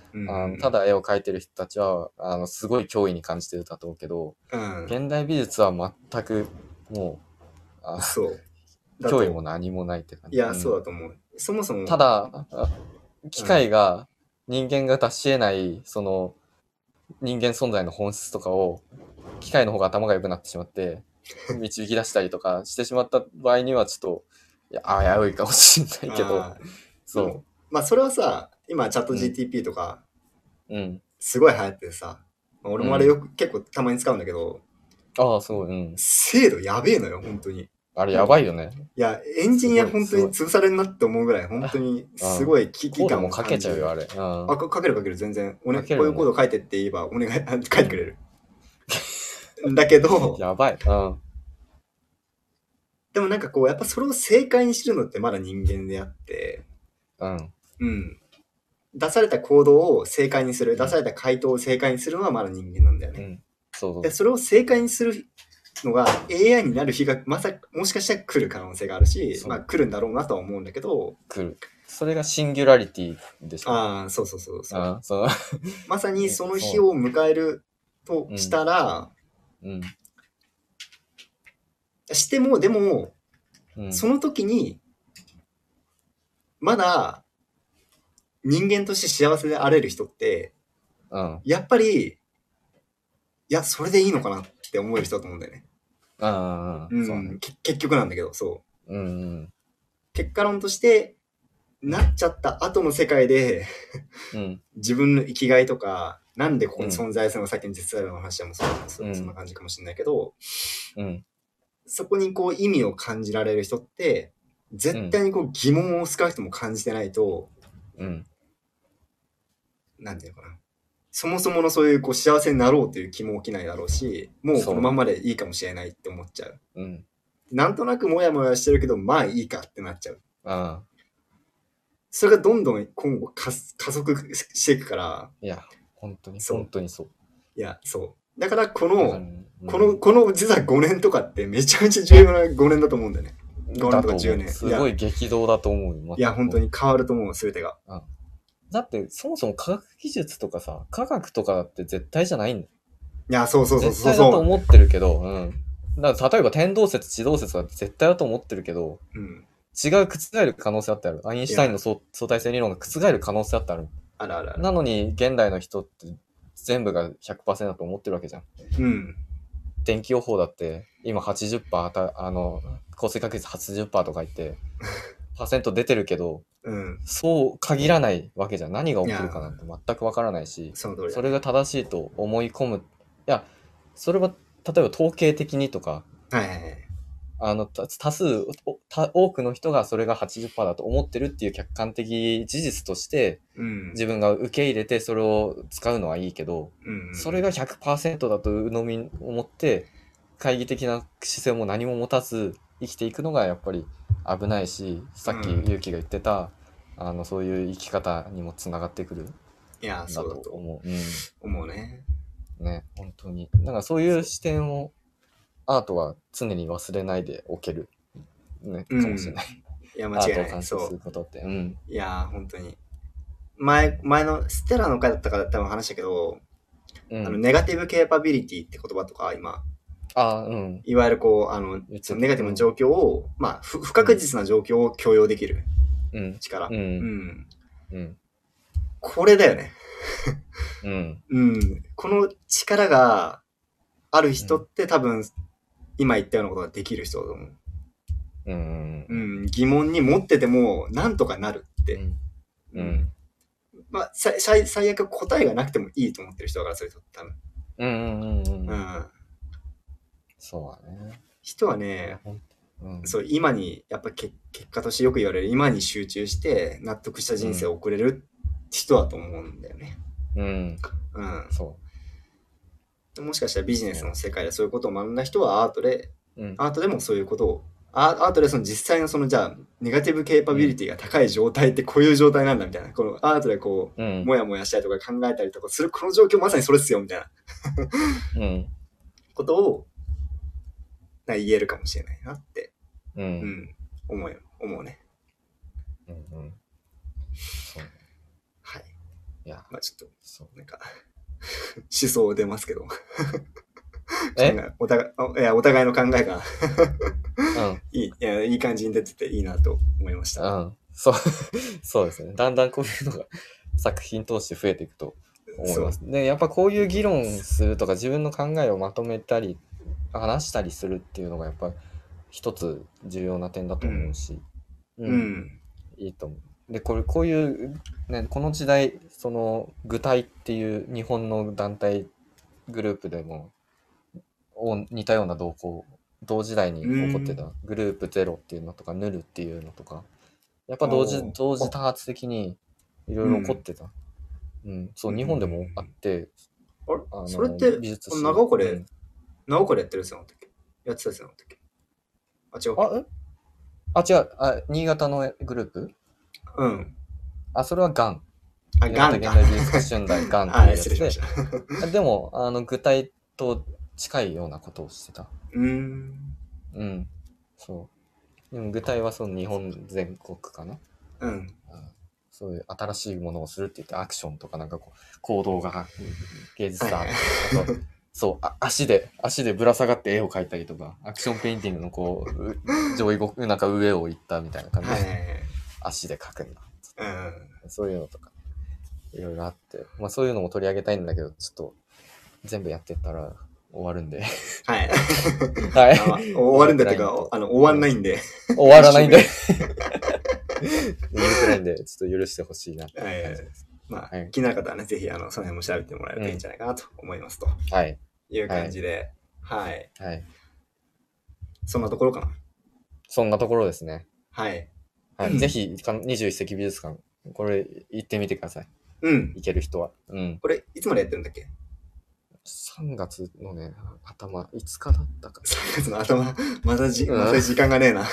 うん
あのただ絵を描いてる人たちはあのすごい脅威に感じてるだろうけど、
うん
現代美術は全くもうあ
そうだ
脅威も
と
何もないって感じ。
いや、
うん
そうだと思う。そもそも
ただあ機械が人間が出し得ないその人間存在の本質とかを機械の方が頭が良くなってしまって導き出したりとかしてしまった場合にはちょっといや危ういかもしれないけど、
あーで
そ
もまあそれはさ、今チャット
うん
ジーティーピー とか
ううん
すごい流行っててさ、まあ俺もあれよく、結構たまに使うんだけど、
ああすごいうん
精度やべえのよ、本当に。
あれやばいよね。
いや、エンジニア
すごい
本当に潰されるなって思うぐらい、本当にすごい危機
コード
感を
もかけちゃうよあれ。うん
あ、かかけるかける、全然。おね、
かけるよね
こういうコード書いてって言えば、お願い、あ書いてくれる。だけど、
やばい。うん
でもなんかこう、やっぱそれを正解にするのってまだ人間であって、
うん
うん。出されたコードを正解にする、
ん
出された回答を正解にするのはまだ人間なんだよね。
うんそうそう
で、それを正解にするのが エーアイ になる日がまさもしかしたら来る可能性があるし、
そう
まあ来るんだろうなとは思うんだけど、
来る。それがシンギュラリティでしょ。
ああ、そうそうそうそう。
あそう
まさにその日を迎えるとしたら、
うん
しても、でも、
うん
その時に、まだ人間として幸せであれる人って、
うん
やっぱり、いや、それでいいのかなって思える人だと思うんだよね。
ああ
うん、
そうだね。
け結局なんだけど、そう。
うんうん
結果論として、なっちゃった後の世界で、
うん
自分の生きがいとか、なんでここに存在するのか、さっきの実在の話はもうそうそ
うん
そんな感じかもしれないけど、
うん
そこにこう意味を感じられる人って、絶対にこう疑問を少なくとも感じてないと、
うん
なんていうのかな。そもそものそういうこう幸せになろうという気も起きないだろうし、もうこのままでいいかもしれないって思っちゃう。
うん
なんとなくモヤモヤしてるけど、まあいいかってなっちゃう。
ああ
それがどんどん今後加加速していくから、
いや本当に
そう
本当にそう。
いや、そう。だからこの、
だからねうん
この、この実はごねんとかってめちゃめちゃ重要なごねんだと思うんだよね。ごねんとかじゅうねん。
だと思うすごい激動だと思うよ。
いや、本当に変わると思う、すべてが。
だってそもそも科学技術とかさ科学とかだって絶対じゃないんだよ。
いや、そうそうそう
絶
そうそう。
対だと思ってるけど、うん。だから例えば天動説地動説は絶対だと思ってるけど、
うん。
違う覆る可能性あってある。アインシュタインの相相対性理論が覆る可能性あってある。
あるあるある。
なのに現代の人って全部が ひゃくパーセント だと思ってるわけじゃん。
うん。
天気予報だって今 はちじゅっパーセント あの降水確率 はちじゅっパーセント とか言ってパーセント出てるけど
うん。
そう限らないわけじゃん。何が起きるかなんて全くわからないし、
その通りだ。
それが正しいと思い込む。いやそれは例えば統計的にとか
はいはいはい。
あのた多数おた多くの人がそれが はちじゅっパーセント だと思ってるっていう客観的事実として
うん。
自分が受け入れてそれを使うのはいいけど、
うん。
それが ひゃくパーセント だと鵜呑みに思って懐疑的な姿勢も何も持たず生きていくのがやっぱり危ないし、さっき
うん
ゆうきが言ってたあのそういう生き方にもつながってくる
いや、
だ
そうだと
と思う。うん
思うね。
ね、本当に。だからそういう視点をアートは常に忘れないでおける、ね、か
うん
もしれない。
いや、
ア
間違いない。
ートを鑑賞
そう。
することって。うん。
いや、本当に。前、前のステラの回だったから多分話したけど、
うん、
あの、ネガティブケーパビリティって言葉とか今、
あうん。
いわゆるこう、あの、
言ってた
そのネガティブな状況を、まあ、不不確実な状況を許容できる
うん。
力。
うん
うん。
うん。
これだよね。
うん。
うん。この力がある人って多分、今言ったようなことができる人だと思う。
うん。
うん。疑問に持ってても、なんとかなるって。
うん。うん。
まあ、さ最最悪答えがなくてもいいと思ってる人だから、そういう人って多分。
うん。うん。うん。
う。
うんそうだね。
人はね、
うん。
そう、今に、やっぱけ結果としてよく言われる、今に集中して納得した人生を送れる人だと思うんだよね。
うん。
うん。
そ
もしかしたらビジネスの世界でそういうことを学んだ人はアートで、
う。うん。
アートでもそういうことを、アアートでその実際のそのじゃあ、ネガティブケーパビリティが高い状態ってこういう状態なんだみたいな。このアートでこう、
うん。
もやもやしたりとか考えたりとかする、この状況まさにそれっすよみたいな
うん。
ことを、な言えるかもしれないなって、
う。
うんん、思うよ、思うね。
うん。うん。そう。
はい。
いや、
まあちょっと、
そう。
なんか、思想出ますけど。考
え
えお互い、おいや、お互いの考えが
うん。
いい、いや、いい感じに出てていいなと思いました。
うん。そう、そうですね。だんだんこういうのが作品通して増えていくと思い
そう。
ます。で、やっぱこういう議論するとか、自分の考えをまとめたり、話したりするっていうのがやっぱ一つ重要な点だと思うし、うん、
うん。
いいと思う。で、これ、こういう、ね、この時代、その、具体っていう日本の団体グループでも、お似たような動向、同時代に
う
起こって
ん。
た、グループゼロっていうのとか、ヌルっていうのとか、やっぱ同時、
おーあ、
同時多発的にいろいろ起こっ
うん。
てた。うん、そう、
うん。
日本でもあって、
あれ
あの、
それって、
美術史で。
長岡で、
うん。
長岡でやってるやつなんだっけやってたやつなんだっけあ、違うっけ
あ、えあ、違う、あ、新潟のグループ
うん。
あ、それはガン。
あ、
新潟
ガンか。
現代美術家春代ガンって
あ、
いうやつで、
失礼しました。
あでも、あの、具体と近いようなことをしてた。
うーん。
うん。そう。でも具体はその日本全国かな。
うん。
うんそういう新しいものをするって言ってアクションとかなんかこう、行動が芸術だ
はいはい。
とか、あと、そうあ、足で、足でぶら下がって絵を描いたりとか、アクションペインティングのこう、う上位ご、なんか上を行ったみたいな感じで、
はいはいはい。
足で描くんだ。
うん。
そういうのとか、いろいろあって、まあそういうのも取り上げたいんだけど、ちょっと全部やってったら終わるんで、
はい。
はい。
あまあ終わるんでっていうか、あの、終わんないんで。
終わらないんで、言うくらいんで、ちょっと許してほしいなって
はい
感じです。
まあ、
はい
気になる方はね、ぜひ、あの、その辺も調べてもらえるといいんじゃないかなと思いますと。
はい。
いう感じで、はい。
はい。
そんなところかな。
そんなところですね。
はい。
はい。ぜひ、かにじゅういっ世紀美術館、これ行ってみてください。
うん。
行ける人は。うん。
これ、いつまでやってるんだっけ
さんがつのね、頭、いつかだったか
?さん 月の頭、まだじ、
うん
まだ時間がねえな。
な。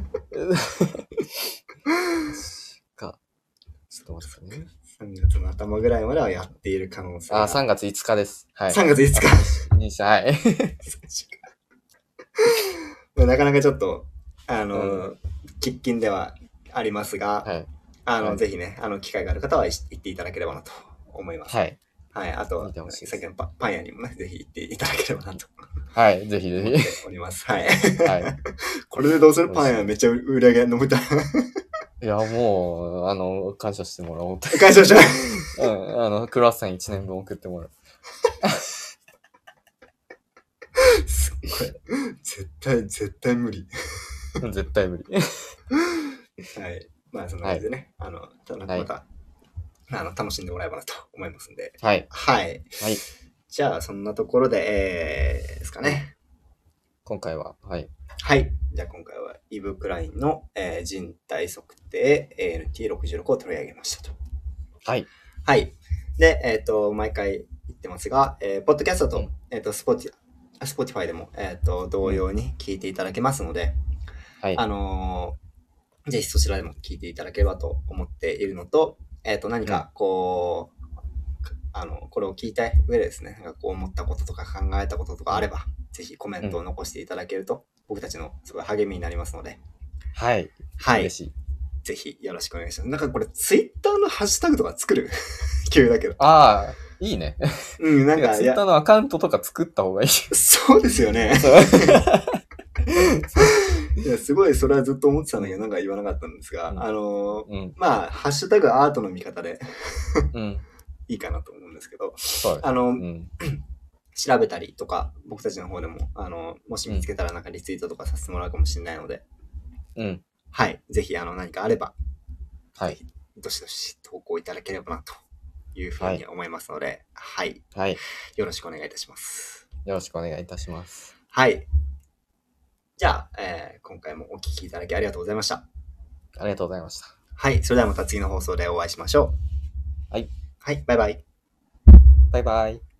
か、ちょっと待ってね。
さんがつの頭ぐらいまではやっている可能性が。
あ、さんがついつかです。はい。
さんがついつか。
にしはい。
なかなかちょっと、あの、
うん
喫緊ではありますが、
はい。
あの、
はい
ぜひね、あの、機会がある方は行っていただければなと思います。
はい。
はい。あとは
見てほしいです
さっきのパパン屋にもね、ぜひ行っていただければなと
はい。ぜひ
思って
ぜひ。
おります。はい。
はい。
これでどうするパン屋めっちゃ売り上げ伸びた。
いや、もう、あの、感謝してもらおうと。
感謝します。
うん、あの、クロワッサンいちねんぶん送ってもらう。
すっごい。絶対、絶対無理。
絶対無理。
はい。まあ、そんな感じでね、あの、たまた、
はい
あの、楽しんでもらえばなと思いますんで。
はい。
はい。
はい。
じゃあ、そんなところで、えー、ですかね。
今回は、はい。
はい。じゃあ、今回はイブ・クラインの、えー人体測定 エーエヌティーろくじゅうろく を取り上げましたと。
はい。
はい。で、えっ、と、毎回言ってますが、えー、ポッドキャストと、
うん
えっ、と、スポティ、スポティファイでも、えっ、と、同様に聞いていただけますので、
はい。
あのーぜひそちらでも聞いていただければと思っているのと、えっ、と、何か、こう、あの、これを聞いた上でですね、なんかこう思ったこととか考えたこととかあれば、ぜひコメントを残していただけると、僕たちのすごい励みになりますので、
はい。
はい。
嬉しい。
ぜひよろしくお願いします。なんかこれ、ツイッターのハッシュタグとか作る急だけど。
ああ、いいね。
うん、なんか、いや、
ツイッターのアカウントとか作った方がいい。
そうですよね。
そう
いや、すごいそれはずっと思ってたんだけど、なんか言わなかったんですが、
うん
あのー
うん。
まあ、ハッシュタグアートの見方で
うん。
いいかなと思うんですけど、
そうです。
あの、
うん。
調べたりとか、僕たちの方でも、あの、もし見つけたらなんかリツイートとかさせてもらうかもしれないので、
うん。
はい。ぜひ、あの、何かあれば、
はい。
どしどし投稿いただければな、というふうに思いますので、はい。
はい。
よろしくお願いいたします。
よろしくお願いいたします。
はい。じゃあ、えー今回もお聞きいただきありがとうございました。
ありがとうございました。
はい。それではまた次の放送でお会いしましょう。
はい。
はい。バイバイ。
バイバイ。